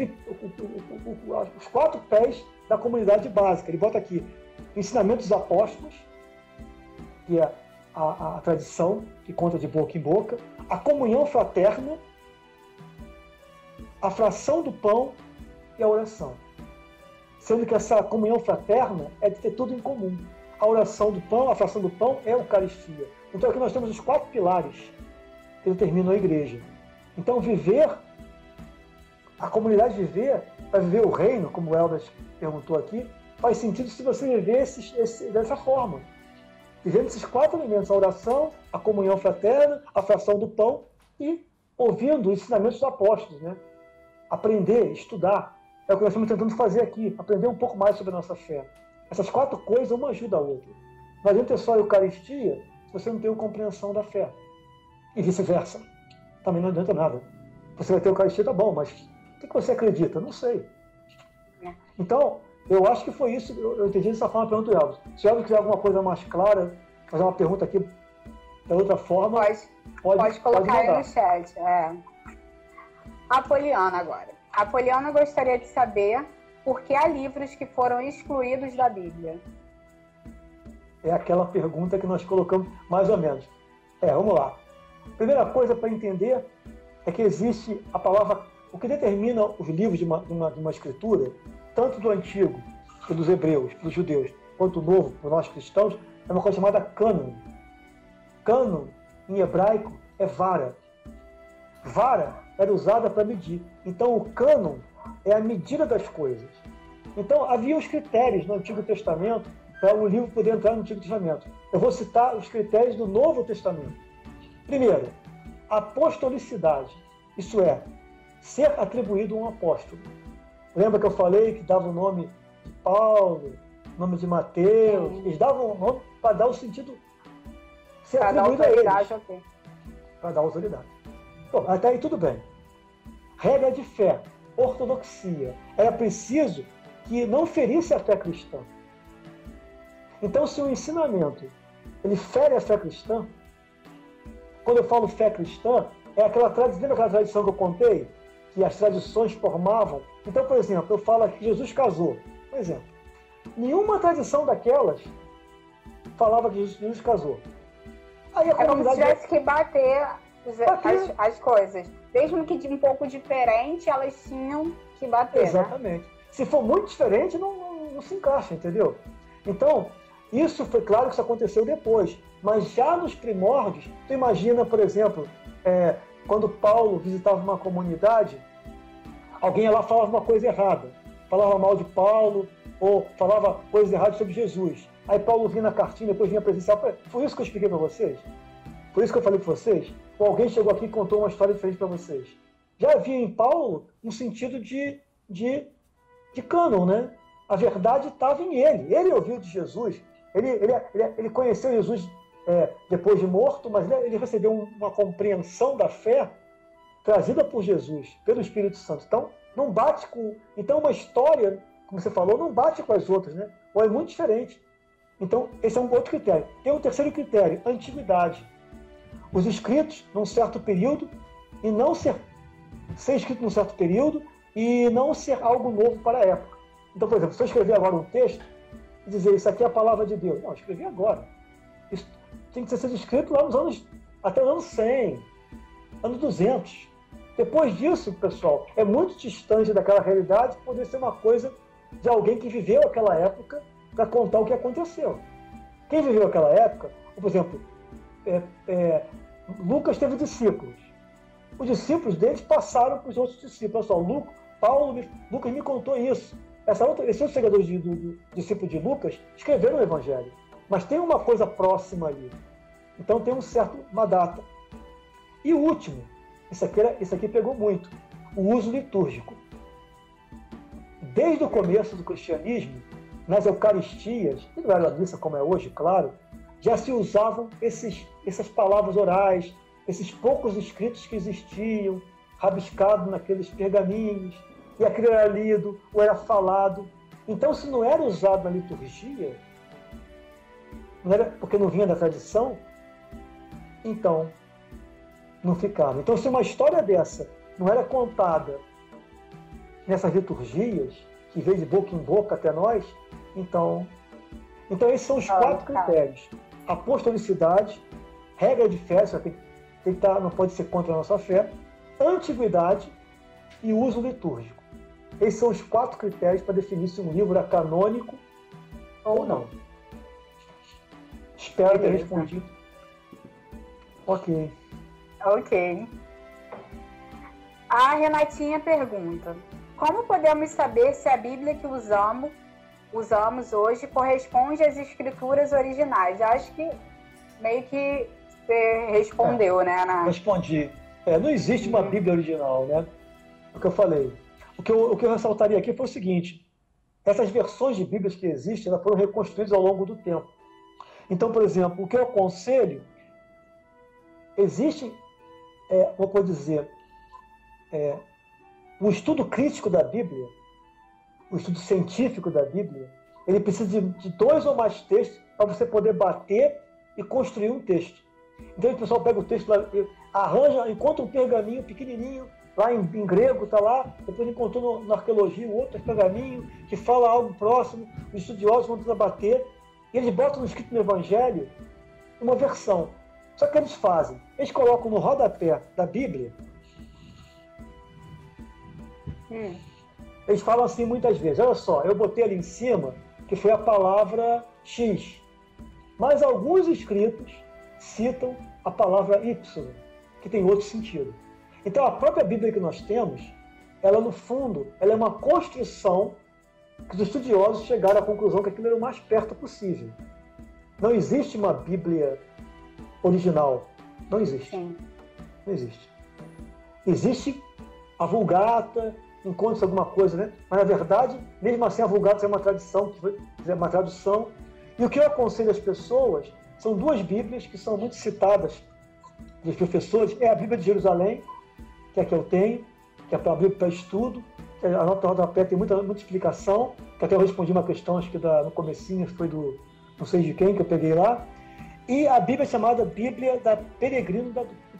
os 4 pés da comunidade básica. Ele bota aqui ensinamentos dos apóstolos, que é a tradição, que conta de boca em boca, a comunhão fraterna, a fração do pão e a oração. Sendo que essa comunhão fraterna é de ter tudo em comum. A oração do pão, a fração do pão é a Eucaristia. Então aqui nós temos os 4 pilares que determinam a igreja. Então a comunidade viver, para viver o reino, como o Eldas perguntou aqui, faz sentido se você viver dessa forma. Vivendo esses 4 elementos, a oração, a comunhão fraterna, a fração do pão e ouvindo os ensinamentos dos apóstolos. Né? Aprender, estudar. É o que nós estamos tentando fazer aqui, aprender um pouco mais sobre a nossa fé. Essas 4 coisas, uma ajuda a outra. Não adianta ter só a Eucaristia se você não tem uma compreensão da fé. E vice-versa. Também não adianta nada. Você vai ter a Eucaristia, tá bom, mas o que você acredita? Não sei. Então, eu acho que foi isso. Eu entendi dessa forma a pergunta do Elvis. Se o Elvis quiser alguma coisa mais clara, fazer uma pergunta aqui da outra forma, pode colocar aí no chat. Apoliana agora. A Poliana gostaria de saber por que há livros que foram excluídos da Bíblia. É aquela pergunta que nós colocamos mais ou menos. Vamos lá. Primeira coisa para entender é que existe a palavra, o que determina os livros de uma escritura, tanto do Antigo, que dos hebreus, dos judeus, quanto do Novo, para nós cristãos, é uma coisa chamada cânon. Cânon, em hebraico, é vara. Vara era usada para medir. Então, o cânon é a medida das coisas. Então, havia os critérios no Antigo Testamento para o livro poder entrar no Antigo Testamento. Eu vou citar os critérios do Novo Testamento. Primeiro, apostolicidade. Isso é, ser atribuído a um apóstolo. Lembra que eu falei que dava o nome de Paulo, o nome de Mateus? Eles davam o nome para dar o sentido, ser atribuído a eles. Para dar autoridade. Bom, até aí tudo bem. Regra de fé, ortodoxia. Era preciso que não ferisse a fé cristã. Então, se o ensinamento ele fere a fé cristã, quando eu falo fé cristã, É aquela tradição que eu contei, que as tradições formavam. Então, por exemplo, eu falo aqui que Jesus casou. Por exemplo, nenhuma tradição daquelas falava que Jesus casou. Aí a como se comunidade... tivesse que bater as coisas. Mesmo que de um pouco diferente, elas tinham que bater, Exatamente. Né? Se for muito diferente, não se encaixa, entendeu? Então, isso foi claro que isso aconteceu depois. Mas já nos primórdios, tu imagina, por exemplo, quando Paulo visitava uma comunidade, alguém lá falava uma coisa errada. Falava mal de Paulo, ou falava coisas erradas sobre Jesus. Aí Paulo vinha na cartinha, depois vinha presencial. Foi isso que eu expliquei para vocês? Foi isso que eu falei para vocês? Ou alguém chegou aqui e contou uma história diferente para vocês? Já havia em Paulo um sentido de cânon, né? A verdade estava em ele. Ele ouviu de Jesus. Ele conheceu Jesus depois de morto, mas ele recebeu uma compreensão da fé trazida por Jesus, pelo Espírito Santo. Então, não bate com... Então, uma história, como você falou, não bate com as outras, né? Ou é muito diferente. Então, esse é um outro critério. Tem um terceiro critério, antiguidade. Os escritos num certo período e não ser escrito num certo período e não ser algo novo para a época. Então, por exemplo, se eu escrever agora um texto e dizer isso aqui é a palavra de Deus. Não, eu escrevi agora. Isso tem que ser escrito lá até os anos 100, anos 200. Depois disso, pessoal, é muito distante daquela realidade poder ser uma coisa de alguém que viveu aquela época para contar o que aconteceu. Quem viveu aquela época, por exemplo, Lucas teve discípulos. Os discípulos deles passaram para os outros discípulos. Olha só, Lucas me contou isso. Esses outros seguidores do discípulo de Lucas escreveram o Evangelho. Mas tem uma coisa próxima ali. Então tem uma data. E o último, isso aqui pegou muito, o uso litúrgico. Desde o começo do cristianismo, nas Eucaristias, e não era missa como é hoje, claro, já se usavam essas palavras orais, esses poucos escritos que existiam, rabiscados naqueles pergaminhos, e aquilo era lido ou era falado. Então, se não era usado na liturgia, não era porque não vinha da tradição, então não ficava. Então, se uma história dessa não era contada nessas liturgias, que veio de boca em boca até nós, então esses são os 4 critérios. Apostolicidade, regra de fé, tem que estar, não pode ser contra a nossa fé, antiguidade e uso litúrgico. Esses são os 4 critérios para definir se um livro é canônico ou não. Espero ter respondido. Ok. A Renatinha pergunta: como podemos saber se a Bíblia que usamos hoje corresponde às escrituras originais? Eu acho que meio que você respondeu, né, Ana? Respondi. Não existe uma Bíblia original, né? O que eu falei. O que eu ressaltaria aqui foi o seguinte: essas versões de Bíblias que existem, elas foram reconstruídas ao longo do tempo. Então, por exemplo, o que eu aconselho, existe, como eu posso dizer, o estudo crítico da Bíblia, o estudo científico da Bíblia, ele precisa de 2 ou mais textos para você poder bater e construir um texto. Então o pessoal pega o texto lá, encontra um pergaminho pequenininho, lá em grego, está lá, depois encontrou na arqueologia um outro pergaminho que fala algo próximo, os estudiosos vão tentar bater, e eles botam escrito no Evangelho uma versão. Só que eles colocam no rodapé da Bíblia. Eles falam assim muitas vezes: olha só, eu botei ali em cima que foi a palavra X, mas alguns escritos citam a palavra Y, que tem outro sentido. Então a própria Bíblia que nós temos, ela no fundo, ela é uma construção que os estudiosos chegaram à conclusão que aquilo era o mais perto possível. Não existe uma Bíblia original. Não existe. Sim. Não existe. Existe a Vulgata, encontra-se alguma coisa, né? Mas, na verdade, mesmo assim, a Vulgata é uma tradição, é uma tradução. E o que eu aconselho às pessoas são 2 Bíblias que são muito citadas dos professores. É a Bíblia de Jerusalém, que é a que eu tenho, que é a Bíblia para estudo. A nota rodapé tem muita explicação, que até eu respondi uma questão, acho que no comecinho, foi do não sei de quem, que eu peguei lá. E a Bíblia chamada Bíblia da Peregrino do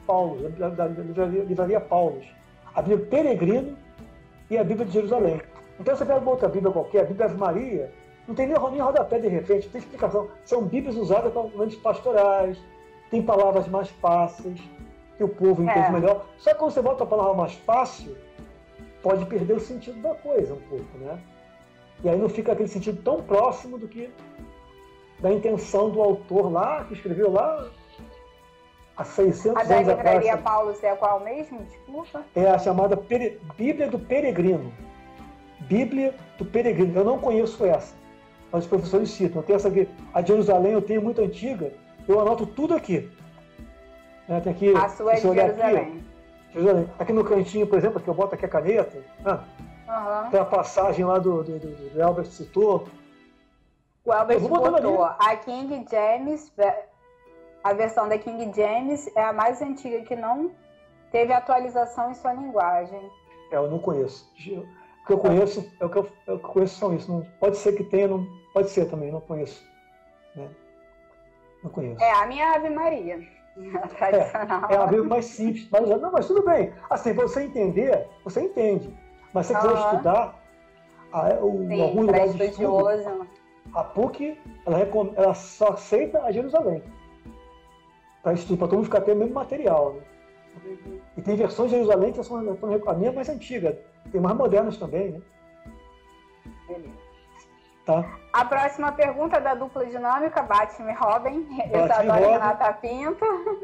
Paulo, da livraria Paulo. A Bíblia Peregrino e a Bíblia de Jerusalém. Então você pega uma outra Bíblia qualquer, a Bíblia Ave Maria, não tem nem rodapé de repente, não tem explicação. São Bíblias usadas para momentos pastorais, tem palavras mais fáceis, que o povo entende melhor. Só que quando você bota a palavra mais fácil, pode perder o sentido da coisa um pouco, né? E aí não fica aquele sentido tão próximo do que da intenção do autor lá, que escreveu lá há 600 anos atrás. A da livraria Paulo é qual mesmo? Desculpa. É a chamada Bíblia do Peregrino. Bíblia do Peregrino. Eu não conheço essa, mas os professores citam. Eu tenho essa aqui. A de Jerusalém eu tenho muito antiga, eu anoto tudo aqui. Tem aqui, a sua é de Jerusalém. Jerusalém. Aqui no cantinho, por exemplo, que eu boto aqui a caneta, tem a passagem lá do Albert citou. O Albert botou a King James, a versão da King James é a mais antiga que não teve atualização em sua linguagem. Eu não conheço. O que eu conheço, o que eu conheço são isso. Não, pode ser que tenha, não pode ser também, não conheço. Né? Não conheço. É a minha Ave Maria. Tradicional. É a Bíblia mais simples. Mas tudo bem. Assim, para você entender, você entende. Mas se você quiser estudar, algum lugar de estudo, a PUC, ela só aceita a Jerusalém. Para estudo, para todo mundo ficar tendo o mesmo material. Né? E tem versões de Jerusalém que são a minha mais antiga. Tem mais modernas também, né? Beleza. Tá. A próxima pergunta da dupla dinâmica, Batman e Robin, Isadora e Renata Pinto.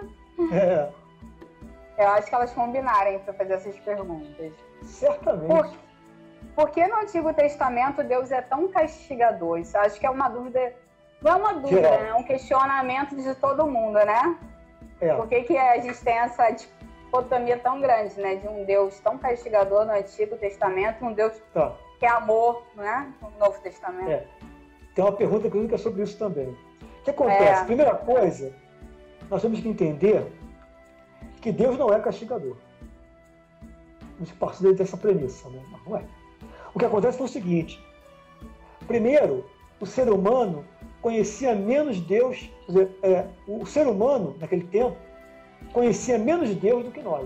Eu acho que elas combinarem para fazer essas perguntas. Certamente. Por que no Antigo Testamento Deus é tão castigador? Isso acho que é uma dúvida, não é uma dúvida, né? É um questionamento de todo mundo, né? Por que a gente tem essa dicotomia tão grande, né? De um Deus tão castigador no Antigo Testamento, um Deus que é amor, né? No Novo Testamento. Tem uma pergunta que é sobre isso também. O que acontece? Primeira coisa, nós temos que entender que Deus não é castigador. A gente parte dessa premissa, né? Não é. O que acontece foi o seguinte. Primeiro, o ser humano conhecia menos Deus, quer dizer, o ser humano, naquele tempo, conhecia menos Deus do que nós.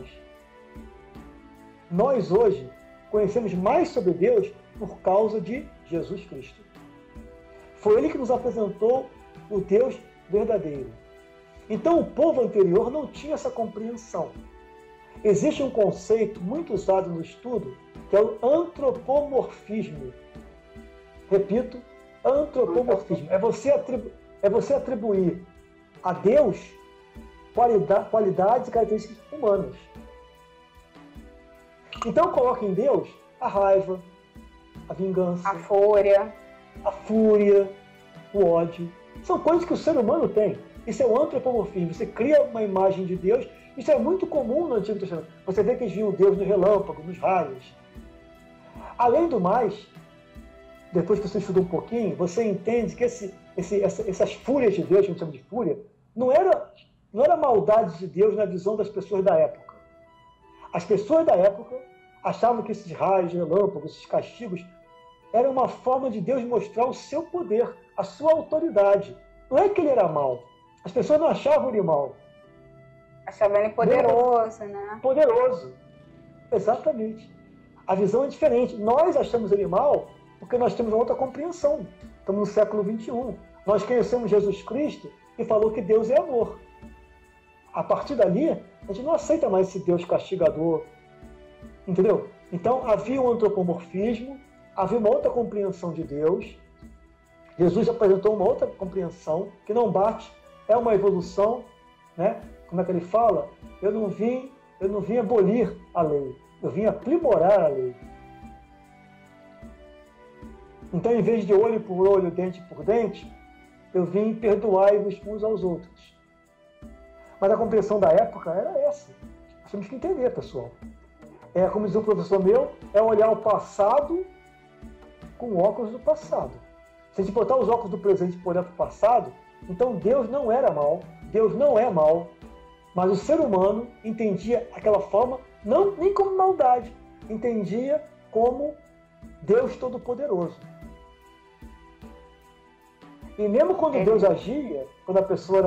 Nós, hoje, conhecemos mais sobre Deus por causa de Jesus Cristo. Foi Ele que nos apresentou o Deus verdadeiro. Então, o povo anterior não tinha essa compreensão. Existe um conceito muito usado no estudo, que é o antropomorfismo. Repito, antropomorfismo. É você atribuir a Deus qualidades e características humanas. Então coloca em Deus a raiva, a vingança, a fúria, o ódio. São coisas que o ser humano tem. Isso é o antropomorfismo. Você cria uma imagem de Deus. Isso é muito comum no Antigo Testamento. Você vê que eles viam Deus no relâmpago, nos raios. Além do mais, depois que você estuda um pouquinho, você entende que essas fúrias de Deus, que a gente chama de fúria, não era maldade de Deus na visão das pessoas da época. As pessoas da época achavam que esses raios, relâmpagos, esses castigos, era uma forma de Deus mostrar o seu poder, a sua autoridade. Não é que ele era mau. As pessoas não achavam ele mau. Achavam ele poderoso, né? Poderoso. Exatamente. A visão é diferente. Nós achamos ele mau porque nós temos uma outra compreensão. Estamos no século XXI. Nós conhecemos Jesus Cristo e falou que Deus é amor. A partir dali, a gente não aceita mais esse Deus castigador. Entendeu? Então, havia um antropomorfismo, havia uma outra compreensão de Deus. Jesus apresentou uma outra compreensão que não bate, é uma evolução, né? Como é que ele fala? Eu não vim abolir a lei, eu vim aprimorar a lei. Então, em vez de olho por olho, dente por dente, eu vim perdoar-vos uns aos outros. Mas a compreensão da época era essa. Nós temos que entender, pessoal. Como dizia um professor meu, é olhar o passado com óculos do passado. Se a gente botar os óculos do presente para olhar para o passado, então Deus não era mau, Deus não é mau, mas o ser humano entendia aquela forma, nem como maldade, entendia como Deus Todo-Poderoso. E mesmo quando Deus agia, quando a pessoa era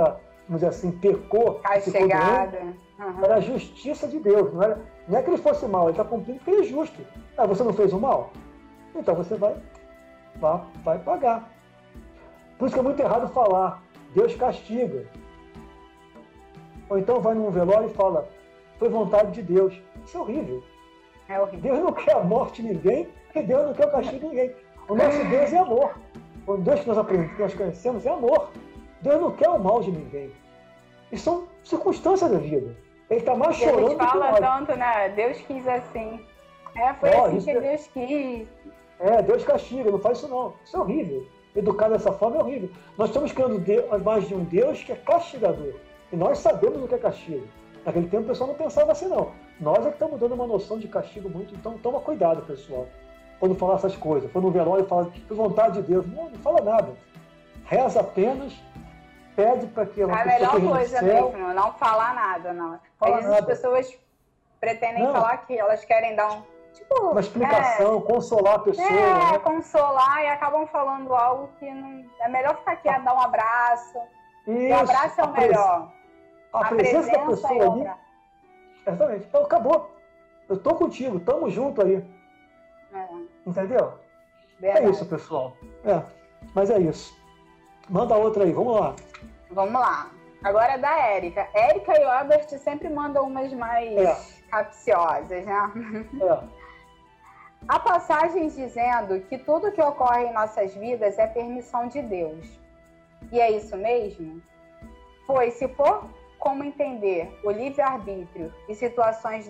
vamos dizer assim, pecou, ficou doente, era a justiça de Deus. Não é que ele fosse mal, ele está cumprindo porque ele é justo. Ah, você não fez o mal? Então você vai pagar. Por isso que é muito errado falar, Deus castiga. Ou então vai num velório e fala, foi vontade de Deus. Isso é horrível. É horrível. Deus não quer a morte de ninguém e Deus não quer o castigo de ninguém. O nosso Deus é amor. O Deus que nós aprendemos, que nós conhecemos é amor. Deus não quer o mal de ninguém. E são circunstâncias da vida. Ele está mais chorando do que nós. A gente fala tanto, né? Deus quis assim. Foi assim que Deus quis. Deus castiga, não faz isso não. Isso é horrível. Educar dessa forma é horrível. Nós estamos criando mais de um Deus que é castigador. E nós sabemos o que é castigo. Naquele tempo o pessoal não pensava assim não. Nós é que estamos dando uma noção de castigo muito, então toma cuidado, pessoal. Quando falar essas coisas. Quando no velório fala por vontade de Deus. Não fala nada. Reza apenas, pede para que ela... A melhor coisa mesmo, não falar nada, não. Às vezes as pessoas pretendem falar que elas querem dar uma explicação, consolar a pessoa. Né? Consolar e acabam falando algo que não... É melhor ficar quieto, dar um abraço. Isso, o abraço é o melhor. A presença da pessoa ali. Exatamente. Então acabou. Eu tô contigo, tamo junto aí. Entendeu? Verdade. É isso, pessoal. Mas é isso. Manda outra aí, vamos lá. Vamos lá. Agora é da Érica. Érica e o Albert sempre mandam umas mais capciosas, né? Há passagens dizendo que tudo que ocorre em nossas vidas é permissão de Deus. E é isso mesmo? Pois se for como entender o livre-arbítrio e situações...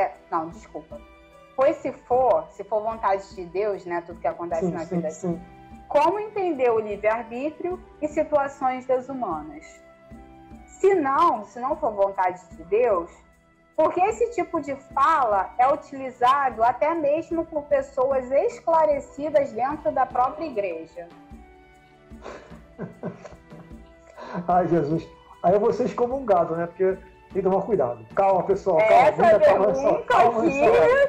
Pois se for vontade de Deus, né? Tudo que acontece na vida. Sim. Como entender o livre-arbítrio e situações desumanas? Se não for vontade de Deus, por que esse tipo de fala é utilizado até mesmo por pessoas esclarecidas dentro da própria igreja? Ai, Jesus. Aí eu vou ser excomungado, né? Porque tem que tomar cuidado. Calma, pessoal. Essa pergunta aqui,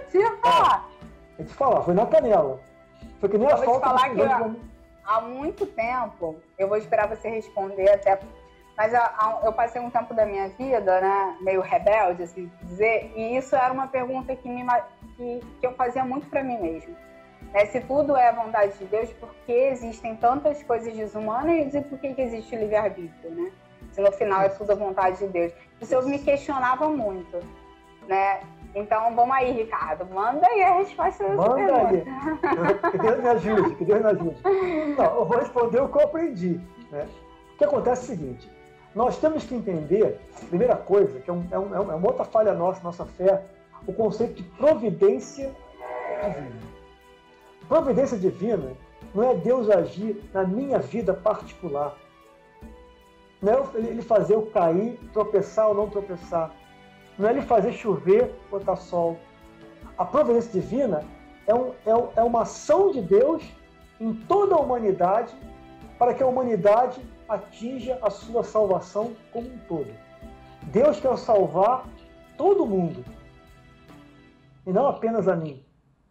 É de falar, foi na canela. Foi que nem a falta falar que há muito tempo, eu vou esperar você responder até, mas eu passei um tempo da minha vida, né, meio rebelde, assim dizer, e isso era uma pergunta que eu fazia muito para mim mesmo. Né? Se tudo é a vontade de Deus, por que existem tantas coisas desumanas e por que existe o livre-arbítrio, né? Se no final é tudo a vontade de Deus. Isso eu me questionava muito, né? Então, vamos aí, Ricardo. Manda aí a resposta dessa pergunta. Manda aí. Que Deus me ajude. Não, eu vou responder o que eu aprendi. Né? O que acontece é o seguinte. Nós temos que entender, primeira coisa, que é uma outra falha nossa fé, o conceito de providência divina. Providência divina não é Deus agir na minha vida particular. Não é Ele fazer eu cair, tropeçar ou não tropeçar. Não é Ele fazer chover, botar sol. A providência divina é uma ação de Deus em toda a humanidade para que a humanidade atinja a sua salvação como um todo. Deus quer salvar todo mundo e não apenas a mim.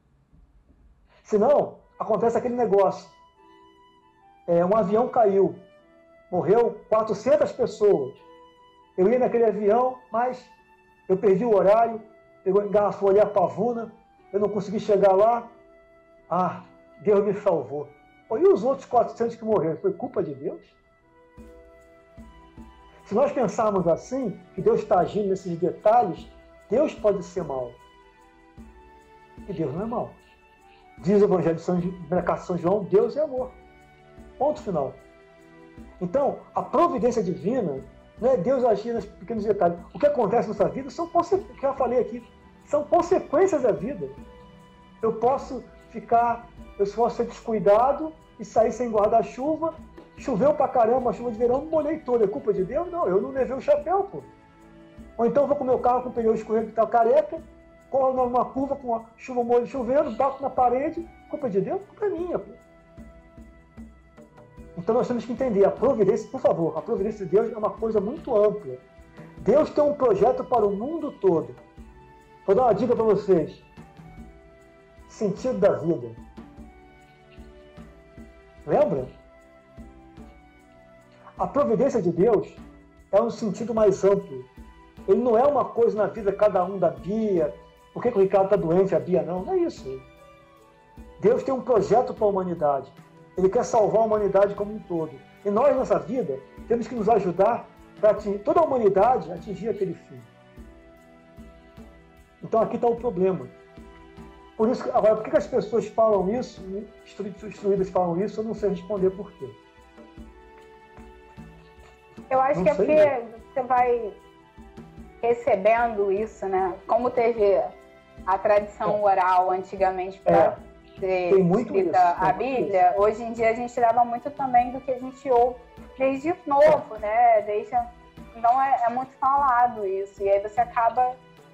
Senão, acontece aquele negócio. Um avião caiu, morreu 400 pessoas. Eu ia naquele avião, mas eu perdi o horário, engarrafou ali a pavuna, eu não consegui chegar lá. Ah, Deus me salvou. E os outros 400 que morreram, foi culpa de Deus? Se nós pensarmos assim, que Deus está agindo nesses detalhes, Deus pode ser mau. E Deus não é mau. Diz o Evangelho de São João, Deus é amor. Ponto final. Então, a providência divina não é Deus agir nos pequenos detalhes. O que acontece na nossa vida são consequências, que eu falei aqui, são consequências da vida. Eu posso ser descuidado e sair sem guarda-chuva, choveu pra caramba, chuva de verão, molhei todo. É culpa de Deus? Não, eu não levei o chapéu, pô. Ou então eu vou com o meu carro com o pneu escorrendo que tá careca, corro numa curva com a chuva chovendo, bato na parede, culpa de Deus? Culpa é minha, pô. Então nós temos que entender, a providência, por favor, a providência de Deus é uma coisa muito ampla. Deus tem um projeto para o mundo todo. Vou dar uma dica para vocês. Sentido da vida. Lembra? A providência de Deus é um sentido mais amplo. Ele não é uma coisa na vida cada um da Bia. Por que o Ricardo está doente, a Bia não? Não é isso. Deus tem um projeto para a humanidade. Ele quer salvar a humanidade como um todo. E nós, nessa vida, temos que nos ajudar para toda a humanidade atingir aquele fim. Então aqui está o problema. Por isso, agora, por que as pessoas falam isso, instruídas falam isso, eu não sei responder por quê. Eu acho que é porque você vai recebendo isso, né? Como teve a tradição oral antigamente para ser escrita a Bíblia, hoje em dia a gente leva muito também do que a gente ouve desde novo, né? Então é muito falado isso, e aí você acaba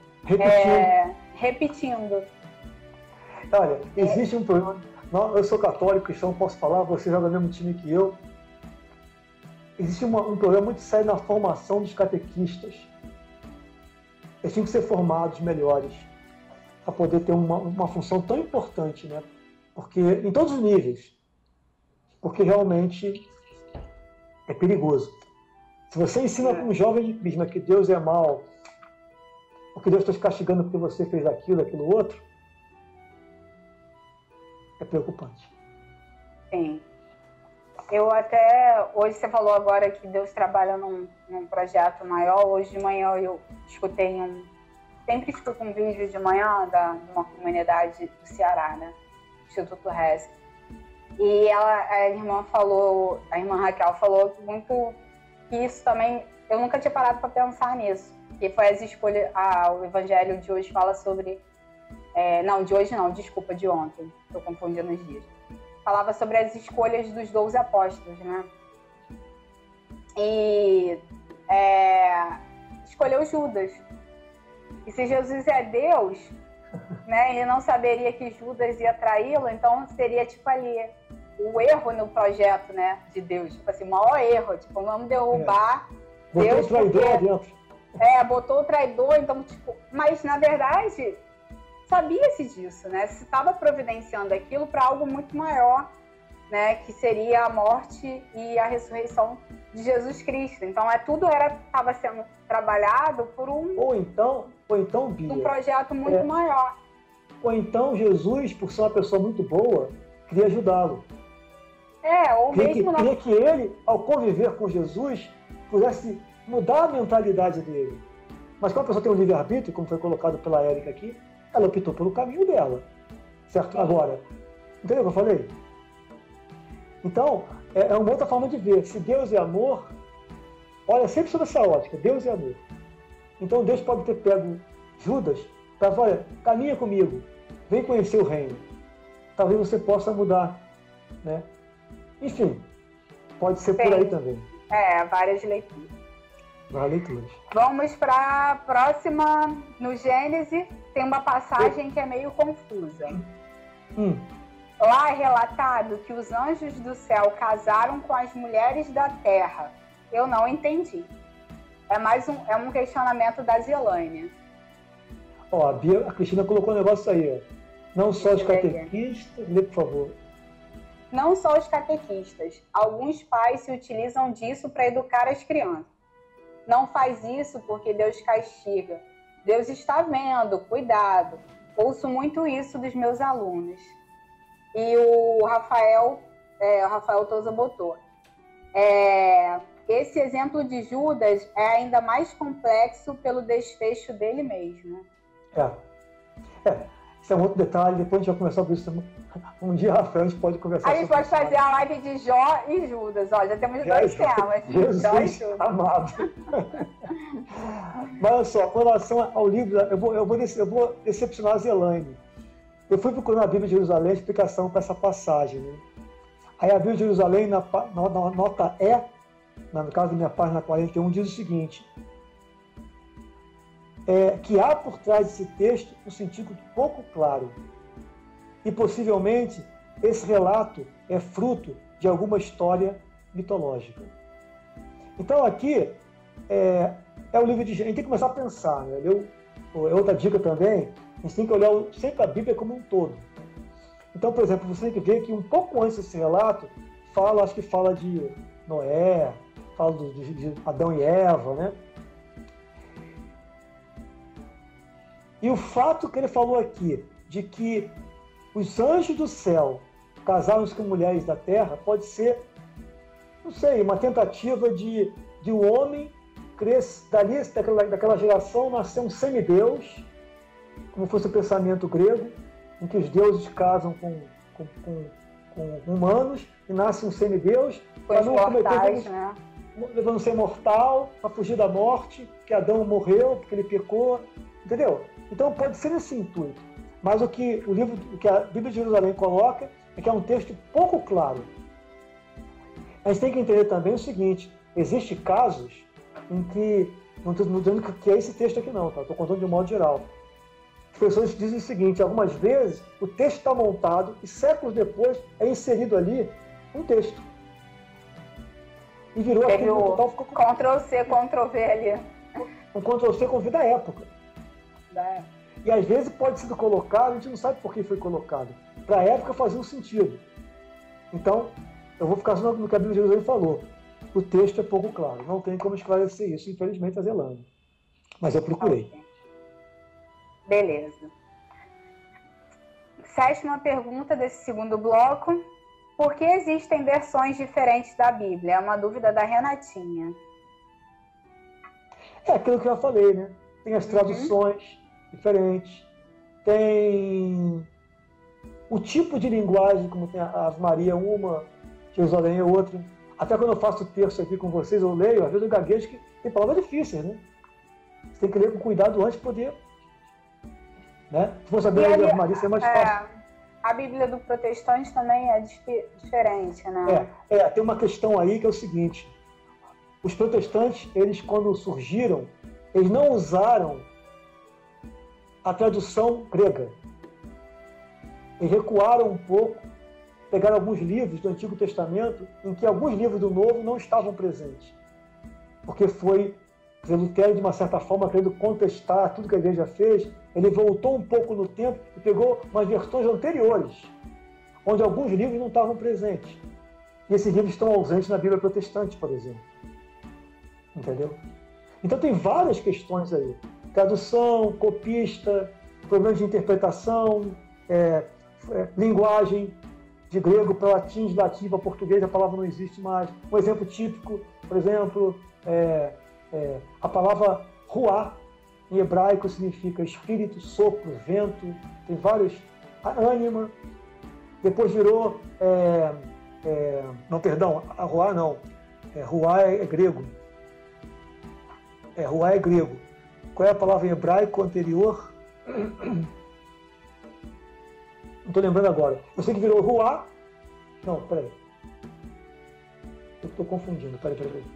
repetindo. Olha, existe um problema. Eu sou católico, cristão, posso falar, você joga no mesmo time que eu. Existe um problema muito sério na formação dos catequistas. Eles tinham que ser formados melhores para poder ter uma função tão importante, né? Porque, em todos os níveis. Porque realmente é perigoso. Se você ensina para um jovem de crisma que Deus é mau, ou que Deus está te castigando porque você fez aquilo outro, é preocupante. Sim. Eu até, hoje você falou agora que Deus trabalha num projeto maior. Hoje de manhã eu escutei sempre escuto um vídeo de manhã de uma comunidade do Ceará, né? Instituto Res. E a irmã Raquel falou muito que isso também, eu nunca tinha parado para pensar nisso, que foi as escolhas, o evangelho de hoje fala sobre, de ontem, estou confundindo os dias. Falava sobre as escolhas dos 12 apóstolos, né? E escolheu Judas. E se Jesus é Deus, né, ele não saberia que Judas ia traí-lo, então seria tipo ali o erro no projeto, né, de Deus. Tipo assim, o maior erro, tipo, vamos derrubar Deus. Botou o traidor dentro. Botou o traidor, então, tipo, mas na verdade sabia-se disso, né? Se estava providenciando aquilo para algo muito maior, né? Que seria a morte e a ressurreição de Jesus Cristo. Então, tudo estava sendo trabalhado por ou então, Bia, um projeto muito maior. Ou então Jesus, por ser uma pessoa muito boa, queria ajudá-lo. Queria que ele, ao conviver com Jesus, pudesse mudar a mentalidade dele. Mas como a pessoa tem um livre-arbítrio, como foi colocado pela Érica aqui, ela optou pelo caminho dela. Certo? Agora, entendeu o que eu falei? Então, é uma outra forma de ver. Se Deus é amor, olha sempre sobre essa ótica, Deus é amor. Então Deus pode ter pego Judas para falar, olha, caminha comigo, vem conhecer o reino. Talvez você possa mudar, né? Enfim, pode ser por aí também. Várias leituras. Várias leituras. Vamos para a próxima. No Gênesis tem uma passagem que é meio confusa. Lá é relatado que os anjos do céu casaram com as mulheres da terra. Eu não entendi. É um questionamento da Zelânia. A Cristina colocou um negócio aí. Não só os catequistas, lê por favor. Não só os catequistas. Alguns pais se utilizam disso para educar as crianças. Não faz isso porque Deus castiga. Deus está vendo, cuidado. Ouço muito isso dos meus alunos. E o Rafael Touza botou. Esse exemplo de Judas é ainda mais complexo pelo desfecho dele mesmo. Esse é um outro detalhe, depois a gente vai conversar sobre isso. Um dia, Rafael, a gente pode conversar sobre isso. A gente pode fazer a live de Jó e Judas. Ó, já temos dois temas. Jesus Jó e Judas. Amado. Mas olha só, com relação ao livro, eu vou decepcionar a Zelânia. Eu fui procurar na Bíblia de Jerusalém a explicação para essa passagem. Né? Aí a Bíblia de Jerusalém, na nota E, no caso da minha página 41, diz o seguinte: que há por trás desse texto um sentido pouco claro. E possivelmente esse relato é fruto de alguma história mitológica. Então aqui é o livro de Gênesis. A gente tem que começar a pensar. Né? Outra dica também, a gente tem que olhar sempre a Bíblia como um todo. Então, por exemplo, você tem que ver que um pouco antes desse relato, acho que fala de Noé, fala de Adão e Eva, né? E o fato que ele falou aqui, de que os anjos do céu casaram-se com mulheres da terra, pode ser, não sei, uma tentativa de um homem crescer, daquela geração nascer um semideus, como fosse o pensamento grego, em que os deuses casam com humanos e nasce um semideus, para não cometer, né? Levando ser mortal, para fugir da morte, que Adão morreu, porque ele pecou, entendeu? Então pode ser esse intuito. Mas o que a Bíblia de Jerusalém coloca é que é um texto pouco claro. A gente tem que entender também o seguinte: existem casos em que, não estou dizendo que é esse texto aqui não, tá? Estou contando de um modo geral. As pessoas dizem o seguinte: algumas vezes o texto está montado e séculos depois é inserido ali um texto. E virou aquele total, ficou Ctrl-C, Ctrl-V ali. Um Ctrl-C, Ctrl-V da época. E às vezes pode ser colocado, a gente não sabe por que foi colocado. Para a época fazia um sentido. Então, eu vou ficar só no que a Bíblia de Jerusalém falou. O texto é pouco claro, não tem como esclarecer isso, infelizmente, a Zelândia. Mas eu procurei. Okay. Beleza. 7ª pergunta desse segundo bloco. Por que existem versões diferentes da Bíblia? É uma dúvida da Renatinha. É aquilo que eu já falei, né? Tem as traduções diferentes, tem o tipo de linguagem, como tem a Ave Maria uma, Jerusalém é outra. Até quando eu faço o texto aqui com vocês, eu leio, às vezes eu gaguejo, que tem palavras difíceis, né? Você tem que ler com cuidado antes de poder, né? Se for saber a Ave Maria, isso é mais fácil. A Bíblia do protestante também é diferente, né? Tem uma questão aí que é o seguinte: os protestantes, eles quando surgiram, eles não usaram a tradução grega. Eles recuaram um pouco, pegaram alguns livros do Antigo Testamento em que alguns livros do Novo não estavam presentes. Porque foi Lutero, de uma certa forma, querendo contestar tudo que a igreja fez, ele voltou um pouco no tempo e pegou umas versões anteriores, onde alguns livros não estavam presentes. E esses livros estão ausentes na Bíblia protestante, por exemplo. Entendeu? Então tem várias questões aí. Tradução, copista, problemas de interpretação, linguagem de grego para latim, de latim para português, a palavra não existe mais. Um exemplo típico, por exemplo, a palavra ruá, em hebraico significa espírito, sopro, vento, tem vários, ânima, depois virou, a ruá não, ruá é grego. Ruá é grego. Qual é a palavra em hebraico anterior? Não estou lembrando agora. Eu sei que virou ruá. Não, peraí. Eu estou confundindo. Peraí.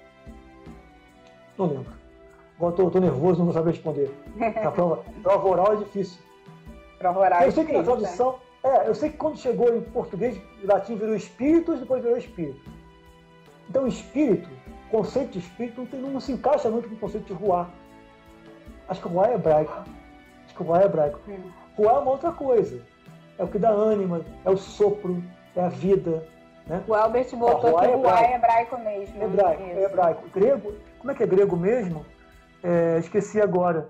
Não lembro. Agora estou nervoso, não vou saber responder. A prova oral é difícil. Prova oral eu sei que na tradução... eu sei que quando chegou em português, em latim virou espíritos, depois virou espírito. Então, espírito, o conceito de espírito não se encaixa muito com o conceito de ruá. Acho que o ruá é hebraico. Ruá é uma outra coisa. É o que dá ânima, é o sopro, é a vida. Né? O Albert botou que ruá é hebraico mesmo. É hebraico. Grego, como é que é grego mesmo? Esqueci agora.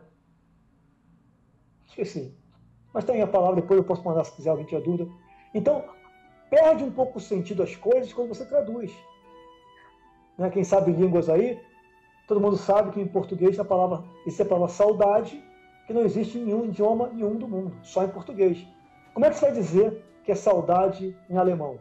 Mas tem a palavra, depois eu posso mandar se quiser, alguém tiver dúvida. Então, perde um pouco o sentido das coisas quando você traduz. Né? Quem sabe línguas aí, todo mundo sabe que em português existe a palavra saudade, que não existe em nenhum idioma nenhum do mundo, só em português. Como é que você vai dizer que é saudade em alemão?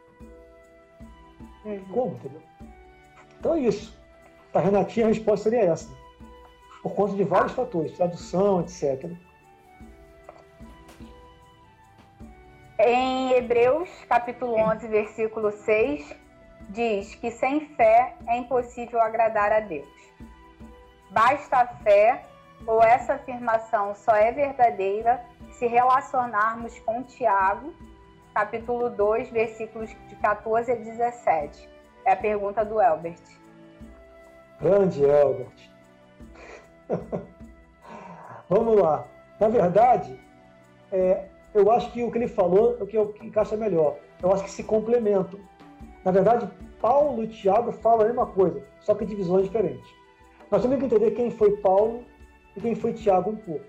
Como, entendeu? Então é isso. Para a Renatinha, a resposta seria essa. Por conta de vários fatores, tradução, etc. Em Hebreus, capítulo 11, versículo 6, diz que sem fé é impossível agradar a Deus. Basta a fé, ou essa afirmação só é verdadeira se relacionarmos com Tiago, capítulo 2, versículos de 14 a 17. É a pergunta do Elbert. Grande Elbert. Vamos lá. Na verdade, eu acho que o que ele falou é o que encaixa melhor. Eu acho que se complementam. Na verdade, Paulo e Tiago falam a mesma coisa, só que de visões diferentes. Nós temos que entender quem foi Paulo e quem foi Tiago um pouco.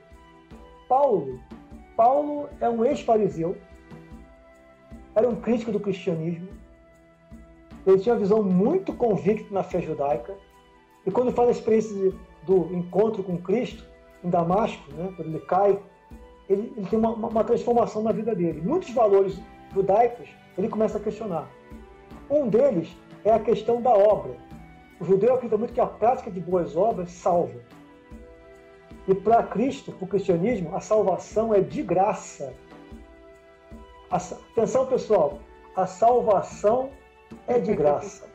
Paulo é um ex-fariseu, era um crítico do cristianismo, ele tinha uma visão muito convicta na fé judaica, e quando faz a experiência do encontro com Cristo, em Damasco, né, quando ele cai, ele tem uma transformação na vida dele. Muitos valores judaicos ele começa a questionar. Um deles é a questão da obra. O judeu acredita muito que a prática de boas obras salva. E para Cristo, para o cristianismo, a salvação é de graça. Atenção, pessoal, a salvação é de graça.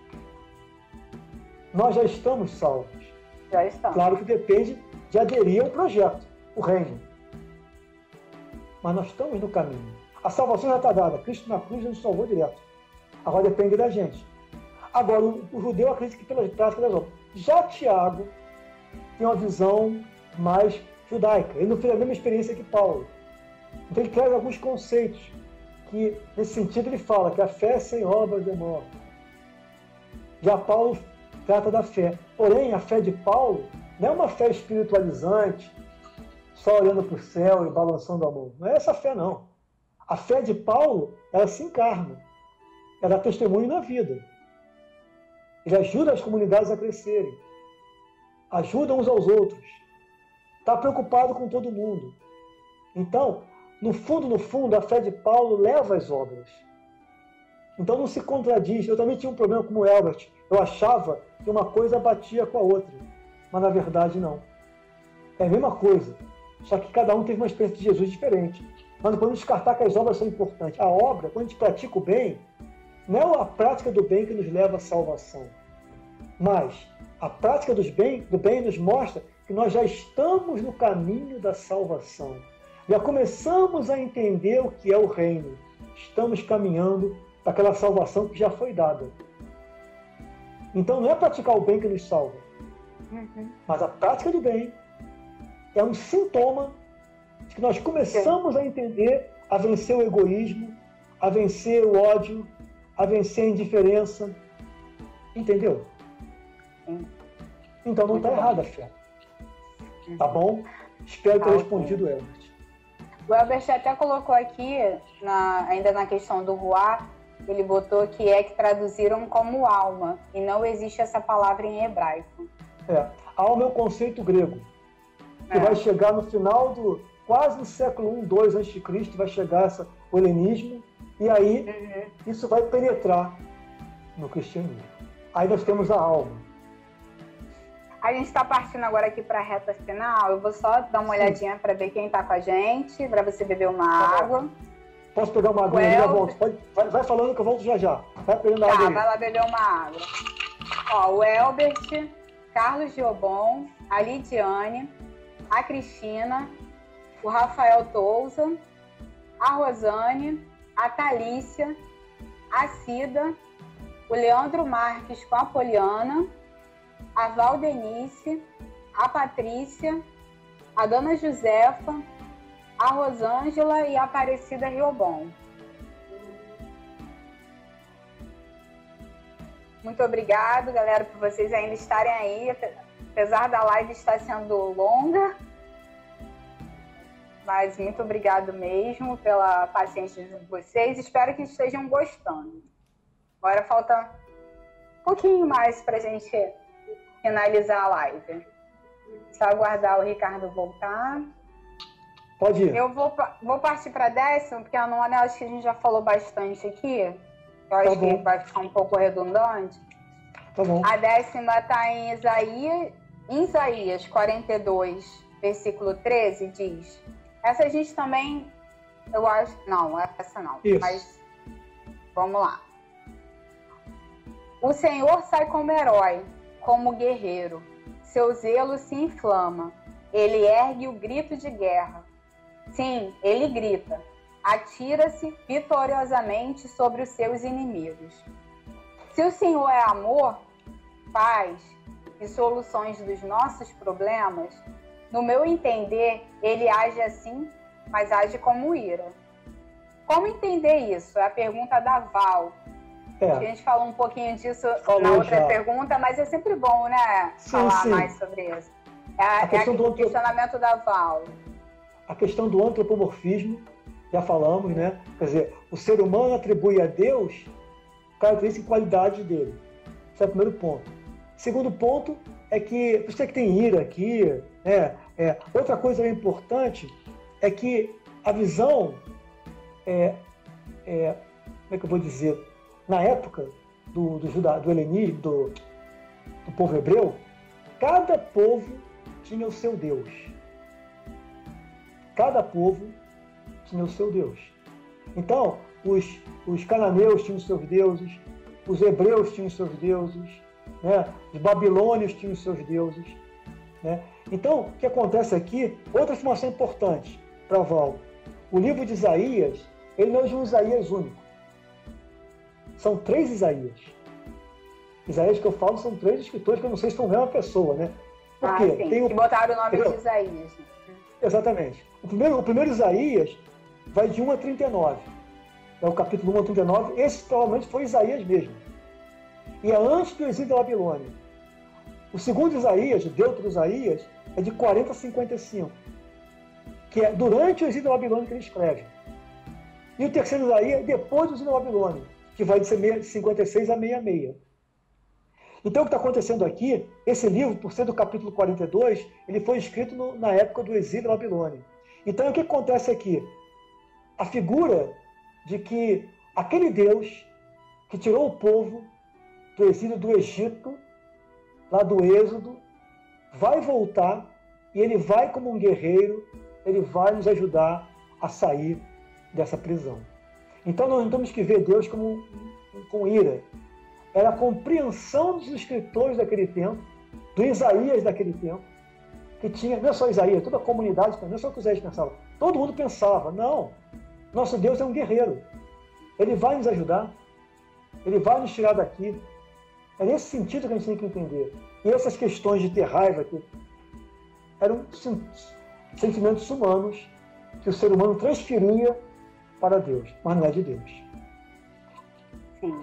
Nós já estamos salvos. Já estamos. Claro que depende de aderir ao projeto, o reino. Mas nós estamos no caminho. A salvação já está dada. Cristo na cruz já nos salvou direto. Agora depende da gente. Agora, o judeu acredita que pelas práticas das obras. Já Tiago tem uma visão mais judaica. Ele não fez a mesma experiência que Paulo. Então ele traz alguns conceitos que, nesse sentido, ele fala que a fé sem obras é morta. Já Paulo trata da fé. Porém, a fé de Paulo não é uma fé espiritualizante, só olhando para o céu e balançando a mão. Não é essa fé, não. A fé de Paulo, ela se encarna. Ela dá testemunho na vida. Ele ajuda as comunidades a crescerem. Ajuda uns aos outros. Está preocupado com todo mundo. Então, no fundo, a fé de Paulo leva às obras. Então não se contradiz. Eu também tinha um problema com o Elbert. Eu achava que uma coisa batia com a outra. Mas na verdade não. É a mesma coisa. Só que cada um teve uma experiência de Jesus diferente. Mas não podemos descartar que as obras são importantes. A obra, quando a gente pratica o bem, não é a prática do bem que nos leva à salvação. Mas a prática do bem nos mostra que nós já estamos no caminho da salvação. Já começamos a entender o que é o reino. Estamos caminhando para aquela salvação que já foi dada. Então não é praticar o bem que nos salva. Mas a prática do bem é um sintoma de que nós começamos a entender, a vencer o egoísmo, a vencer o ódio, a vencer a indiferença. Entendeu? Então não está errada a fé. Tá bom? Espero ter respondido, Elbert. O Elbert até colocou aqui, ainda na questão do ruá, ele botou que traduziram como alma, e não existe essa palavra em hebraico. Alma é um conceito grego, que vai chegar no final quase no século I, II a.C., vai chegar o helenismo, e aí isso vai penetrar no cristianismo. Aí nós temos a alma. A gente está partindo agora aqui para a reta final. Eu vou só dar uma olhadinha para ver quem está com a gente, para você beber uma água. Posso pegar uma água e já volto? Vai falando que eu volto já. Vai pegando a água aí. Vai lá beber uma água. Ó, o Elbert, Carlos Giobon, a Lidiane, a Cristina, o Rafael Touza, a Rosane, a Thalícia, a Cida, o Leandro Marques com a Poliana, a Valdenice, a Patrícia, a Dona Josefa, a Rosângela e a Aparecida Riobon. Muito obrigado, galera, por vocês ainda estarem aí, apesar da live estar sendo longa. Mas muito obrigado mesmo pela paciência de vocês. Espero que estejam gostando. Agora falta um pouquinho mais para a gente finalizar a live. Só aguardar o Ricardo voltar. Pode ir. Eu vou partir para a 10ª, porque a 9ª eu acho que a gente já falou bastante aqui. Eu acho que vai ficar um pouco redundante. Tá bom. A 10ª está em Isaías 42, versículo 13, diz... Essa a gente também, eu acho... Não, essa não. Isso. Mas vamos lá. O Senhor sai como herói, como guerreiro. Seu zelo se inflama. Ele ergue o grito de guerra. Sim, ele grita. Atira-se vitoriosamente sobre os seus inimigos. Se o Senhor é amor, paz e soluções dos nossos problemas, no meu entender, ele age assim, mas age como ira. Como entender isso? É a pergunta da Val. A gente falou um pouquinho disso na outra pergunta, mas é sempre bom, né? Falar mais sobre isso. O questionamento da Val. A questão do antropomorfismo, já falamos, né? Quer dizer, o ser humano atribui a Deus características e qualidades dele. Esse é o primeiro ponto. Segundo ponto é que, por isso é que tem ira aqui, outra coisa importante é que a visão, como é que eu vou dizer, na época do helenismo, do povo hebreu, cada povo tinha o seu Deus. Cada povo tinha o seu Deus. Então, os cananeus tinham os seus deuses, os hebreus tinham os seus deuses, né? Os babilônios tinham os seus deuses. Né? Então, o que acontece aqui, outra informação importante para Val, o livro de Isaías, ele não é de um Isaías único. São 3 Isaías. Isaías que eu falo são 3 escritores que eu não sei se são a mesma pessoa, né? Porque que botaram o nome de Isaías. Exatamente. O primeiro Isaías vai de 1 a 39. É o capítulo 1 a 39. Esse provavelmente foi Isaías mesmo. E é antes do exílio da Babilônia. O segundo Isaías, o Deutero Isaías, é de 40 a 55. Que é durante o exílio da Babilônia que ele escreve. E o terceiro Isaías, depois do exílio da Babilônia, que vai de 56 a 66. Então, o que está acontecendo aqui, esse livro, por ser do capítulo 42, ele foi escrito na época do exílio da Babilônia. Então, o que acontece aqui? A figura de que aquele Deus que tirou o povo do exílio do Egito, lá do Êxodo, vai voltar e ele vai como um guerreiro, ele vai nos ajudar a sair dessa prisão. Então, nós não temos que ver Deus com ira. Era a compreensão dos escritores daquele tempo, do Isaías daquele tempo, que tinha, não é só Isaías, toda a comunidade, não é só o que Isaías pensava, todo mundo pensava, não, nosso Deus é um guerreiro, ele vai nos ajudar, ele vai nos tirar daqui. É nesse sentido que a gente tem que entender. E essas questões de ter raiva aqui, eram sentimentos humanos que o ser humano transferia para Deus, mas não é de Deus. Sim.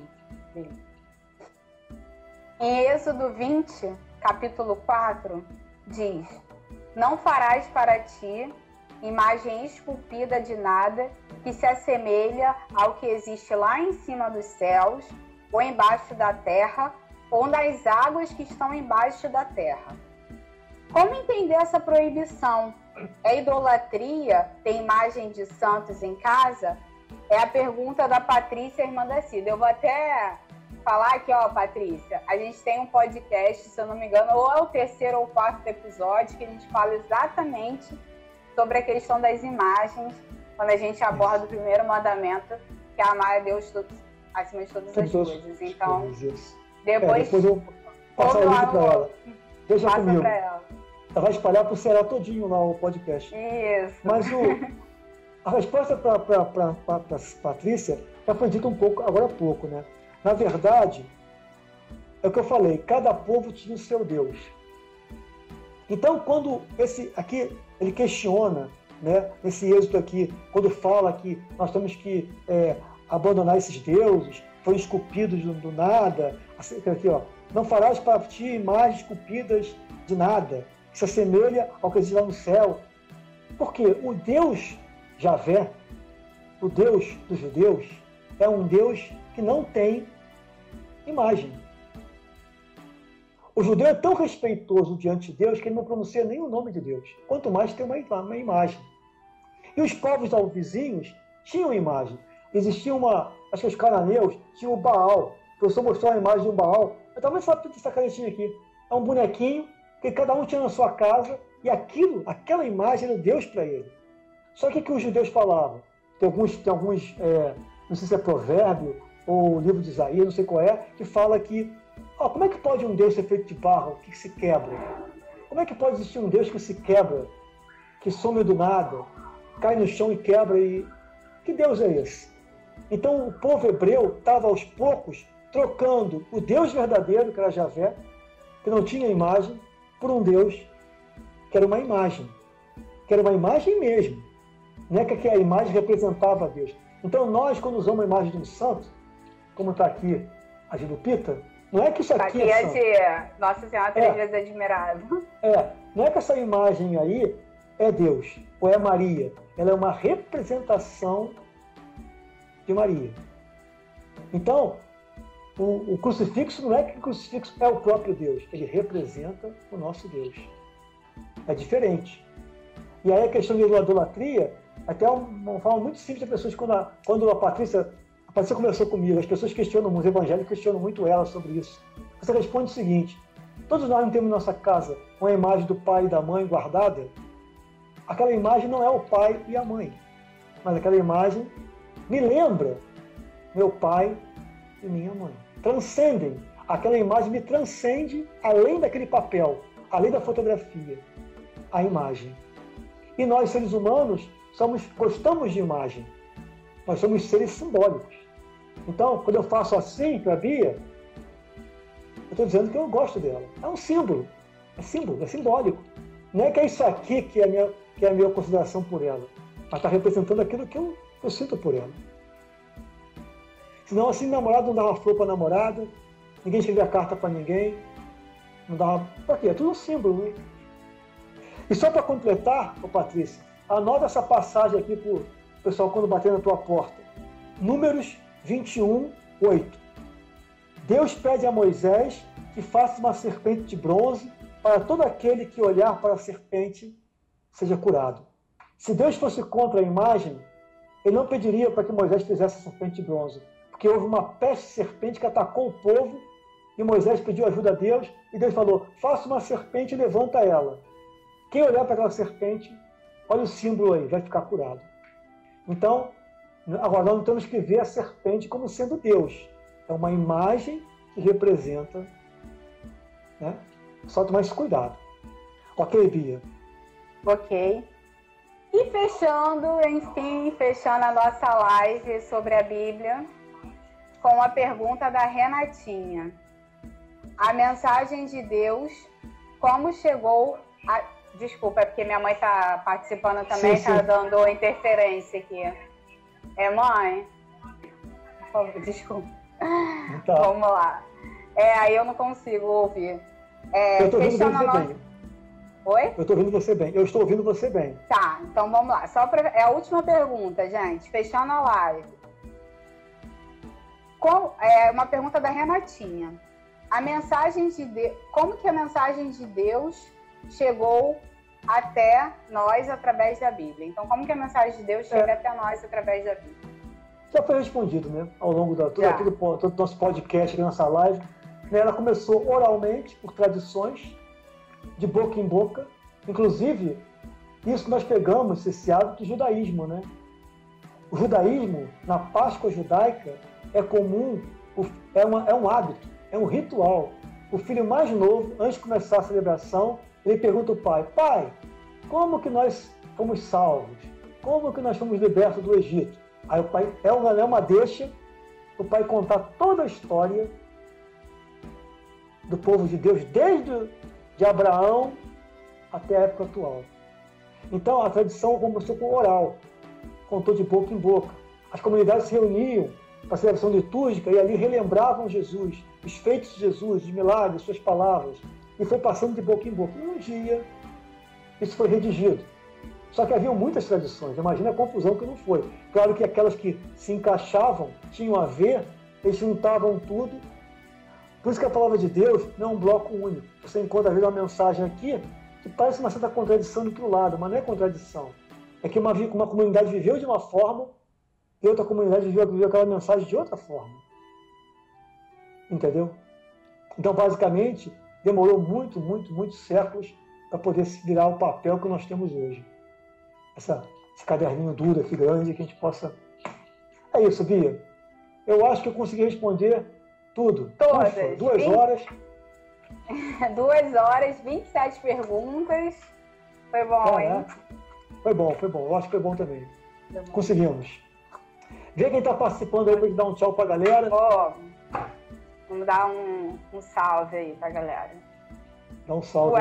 Em Êxodo 20, capítulo 4, diz: Não farás para ti imagem esculpida de nada que se assemelha ao que existe lá em cima dos céus, ou embaixo da terra, ou nas águas que estão embaixo da terra. Como entender essa proibição? É idolatria ter imagem de santos em casa? É a pergunta da Patrícia, irmã da Cida. Eu vou até falar aqui, Patrícia, a gente tem um podcast, se eu não me engano, ou é o 3º ou 4º episódio, que a gente fala exatamente sobre a questão das imagens, quando a gente aborda o primeiro mandamento, que é amar a Deus acima de todas as coisas. Então, depois eu passo o link para ela. Deixa passa comigo. Para ela. Ela vai espalhar para o Ceará todinho lá o podcast. Isso. Mas a resposta para Patrícia já foi dita agora há pouco, né? Na verdade, é o que eu falei, cada povo tinha o seu Deus. Então, quando aqui ele questiona, né, esse êxodo aqui, quando fala que nós temos que abandonar esses deuses, foram esculpidos do nada, aqui, não farás para ti imagens esculpidas de nada, que se assemelha ao que existe lá no céu. Porque o Deus Javé, o Deus dos judeus, é um Deus que não tem imagem. O judeu é tão respeitoso diante de Deus que ele não pronuncia nem o nome de Deus, quanto mais tem uma imagem. E os povos vizinhos tinham imagem. Existia acho que os cananeus tinham o Baal. O professor mostrou a imagem de um Baal. Eu estava essa canetinha aqui. É um bonequinho que cada um tinha na sua casa e aquela imagem era Deus para ele. Só que o que os judeus falavam? Tem alguns não sei se é provérbio ou livro de Isaías, não sei qual é, que fala que como é que pode um Deus ser feito de barro que se quebra? Como é que pode existir um Deus que se quebra, que some do nada, cai no chão e quebra? Que Deus é esse? Então o povo hebreu estava aos poucos trocando o Deus verdadeiro, que era Javé, que não tinha imagem, por um Deus que era uma imagem mesmo, não é que a imagem representava a Deus. Então nós, quando usamos a imagem de um santo, como está aqui a de Lupita, não é que isso aqui é de Nossa Senhora Três Vezes Admirável. Não é que essa imagem aí é Deus ou é Maria. Ela é uma representação de Maria. Então, o crucifixo não é que o crucifixo é o próprio Deus. Ele representa o nosso Deus. É diferente. E aí a questão de idolatria, até uma forma muito simples de pessoas, quando a Patrícia conversou comigo, as pessoas questionam, os evangélicos questionam muito ela sobre isso. Você responde o seguinte: todos nós não temos em nossa casa uma imagem do pai e da mãe guardada? Aquela imagem não é o pai e a mãe, mas aquela imagem me lembra meu pai e minha mãe. Transcendem. Aquela imagem me transcende além daquele papel, além da fotografia, a imagem. E nós, seres humanos, gostamos de imagem. Nós somos seres simbólicos. Então, quando eu faço assim para a Bia, eu estou dizendo que eu gosto dela. É um símbolo. É símbolo, é simbólico. Não é que é isso aqui que é a minha consideração por ela, mas está representando aquilo que eu sinto por ela. Senão, assim, namorado não dava flor para namorada, ninguém escrevia carta para ninguém, não dava... Por quê? É tudo um símbolo, né? E só para completar, Patrícia, anota essa passagem aqui para o pessoal quando bater na tua porta. Números 21, 8. Deus pede a Moisés que faça uma serpente de bronze para todo aquele que olhar para a serpente seja curado. Se Deus fosse contra a imagem, ele não pediria para que Moisés fizesse a serpente de bronze, porque houve uma peste serpente que atacou o povo e Moisés pediu ajuda a Deus e Deus falou: faça uma serpente e levanta ela. Quem olhar para aquela serpente, olha o símbolo aí, vai ficar curado. Então, agora nós não temos que ver a serpente como sendo Deus. É uma imagem que representa, né? Só tomar esse cuidado. Ok, Bia? Ok. E fechando a nossa live sobre a Bíblia, com a pergunta da Renatinha. A mensagem de Deus, como chegou a... Desculpa, é porque minha mãe está participando também, está dando interferência aqui. Mãe? Desculpa. Tá. Vamos lá. Aí eu não consigo ouvir. Eu estou ouvindo você bem. Oi? Eu estou ouvindo você bem. Eu estou ouvindo você bem. Tá, então vamos lá. É a última pergunta, gente. Fechando a live. Uma pergunta da Renatinha. Como que a mensagem de Deus chegou até nós através da Bíblia? Então, como que a mensagem de Deus chega até nós através da Bíblia? Já foi respondido, né? Ao longo todo o nosso podcast, nossa live. Ela começou oralmente, por tradições, de boca em boca. Inclusive, isso nós pegamos, esse hábito do judaísmo, né? O judaísmo, na Páscoa judaica, é comum, é um hábito, é um ritual. O filho mais novo, antes de começar a celebração, ele pergunta ao pai: pai, como que nós fomos salvos? Como que nós fomos libertos do Egito? Aí o pai, é uma deixa, o pai contar toda a história do povo de Deus, desde de Abraão até a época atual. Então a tradição começou com oral, contou de boca em boca. As comunidades se reuniam para a celebração litúrgica e ali relembravam Jesus, os feitos de Jesus, os milagres, suas palavras. E foi passando de boca em boca. E um dia, isso foi redigido. Só que havia muitas tradições. Imagina a confusão que não foi. Claro que aquelas que se encaixavam, tinham a ver, eles juntavam tudo. Por isso que a palavra de Deus não é um bloco único. Você encontra, às vezes, uma mensagem aqui que parece uma certa contradição do outro lado, mas não é contradição. É que uma comunidade viveu de uma forma e outra comunidade viveu aquela mensagem de outra forma. Entendeu? Então, basicamente, demorou muitos séculos para poder se virar o papel que nós temos hoje. Esse caderninho duro aqui, grande, que a gente possa... É isso, Bia. Eu acho que eu consegui responder tudo. Todas. Ufa, 2 horas. 2 horas, 27 perguntas. Foi bom, hein? Foi bom. Eu acho que foi bom também. Conseguimos. Vê quem está participando aí para dar um tchau para a galera. Vamos dar um salve aí para a galera. Dá um salve.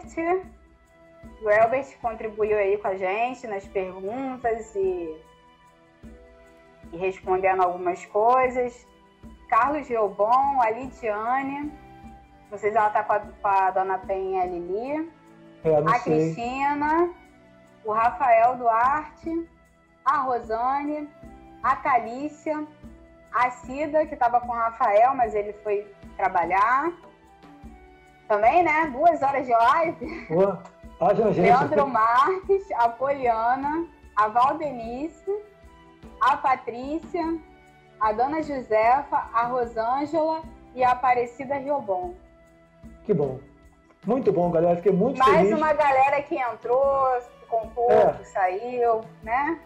O Elbert contribuiu aí com a gente nas perguntas e respondendo algumas coisas. Carlos Riobon, a Lidiane, não sei se ela está com a Dona Penha e a Lili, a Cristina, o Rafael Duarte, a Rosane, a Calícia, a Cida, que estava com o Rafael, mas ele foi trabalhar. Também, né? 2 horas de live. Leandro Marques, a Poliana, a Valdenice, a Patrícia, a Dona Josefa, a Rosângela e a Aparecida Riobon. Que bom. Muito bom, galera. Fiquei muito feliz. Mais uma galera que entrou, ficou um pouco, saiu, né?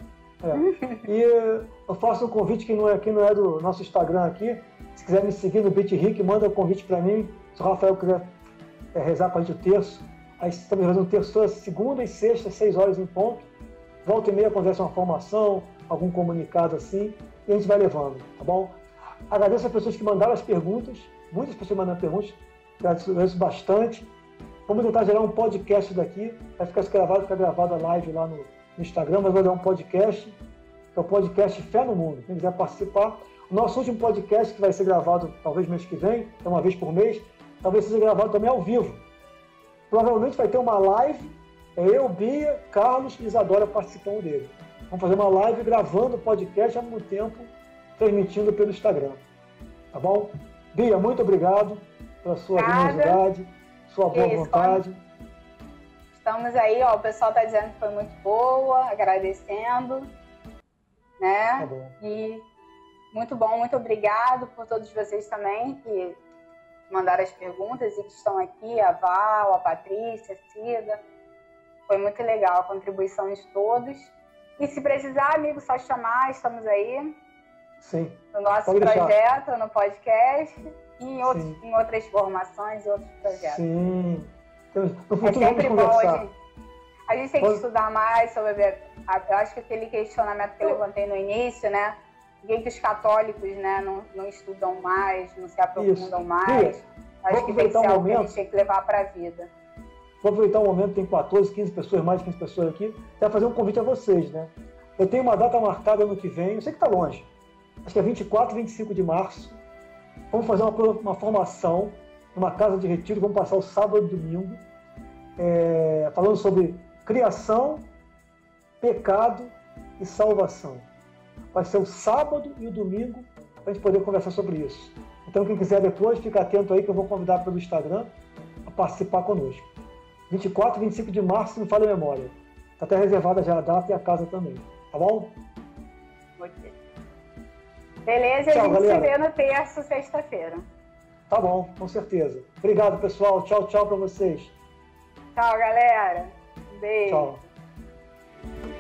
E eu faço um convite que não é do nosso Instagram aqui. Se quiser me seguir no BitRick, manda um convite para mim. Se o Rafael quiser rezar para a gente o terço, aí estamos fazendo um terço toda segunda e sexta, 6 horas em ponto. Volta e meia acontece uma formação, algum comunicado assim, e a gente vai levando, tá bom? Agradeço as pessoas que mandaram as perguntas, muitas pessoas mandaram perguntas, agradeço bastante. Vamos tentar gerar um podcast daqui, vai ficar gravado a live lá no Instagram, mas vai dar um podcast, que é o podcast Fé no Mundo. Quem quiser participar, o nosso último podcast, que vai ser gravado talvez mês que vem, é uma vez por mês, talvez seja gravado também ao vivo. Provavelmente vai ter uma live, eu, Bia, Carlos e Isadora participando dele. Vamos fazer uma live gravando o podcast ao mesmo tempo, transmitindo pelo Instagram. Tá bom? Bia, muito obrigado pela sua generosidade, sua boa vontade. Estamos aí, ó, o pessoal está dizendo que foi muito boa, agradecendo, né? Tá bom. E muito bom, muito obrigado por todos vocês também que mandaram as perguntas e que estão aqui, a Val, a Patrícia, a Cida. Foi muito legal a contribuição de todos. E se precisar, amigo, só chamar, estamos aí. Sim. No nosso projeto, no podcast e em outras formações e outros projetos. Sim. No futuro, é sempre bom conversar. A gente tem que estudar mais sobre... Eu acho que aquele questionamento que eu levantei no início, né? Por que os católicos, né, não estudam mais, não se aprofundam mais? Acho que tem que ser algo que a gente tem que levar para a vida. Vou aproveitar um momento, tem 14, 15 pessoas, mais de 15 pessoas aqui, para fazer um convite a vocês, né? Eu tenho uma data marcada ano que vem, eu sei que está longe, acho que é 24 e 25 de março. Vamos fazer uma formação numa casa de retiro, vamos passar o sábado e domingo, falando sobre criação, pecado e salvação. Vai ser o sábado e o domingo para a gente poder conversar sobre isso. Então, quem quiser depois, fica atento aí que eu vou convidar pelo Instagram a participar conosco. 24 e 25 de março, não falha a memória. Está até reservada já a data e a casa também. Tá bom? Beleza, tchau, a gente se vê no terço, sexta-feira. Tá bom, com certeza. Obrigado, pessoal. Tchau, tchau para vocês. Tchau, galera. Beijo. Tchau.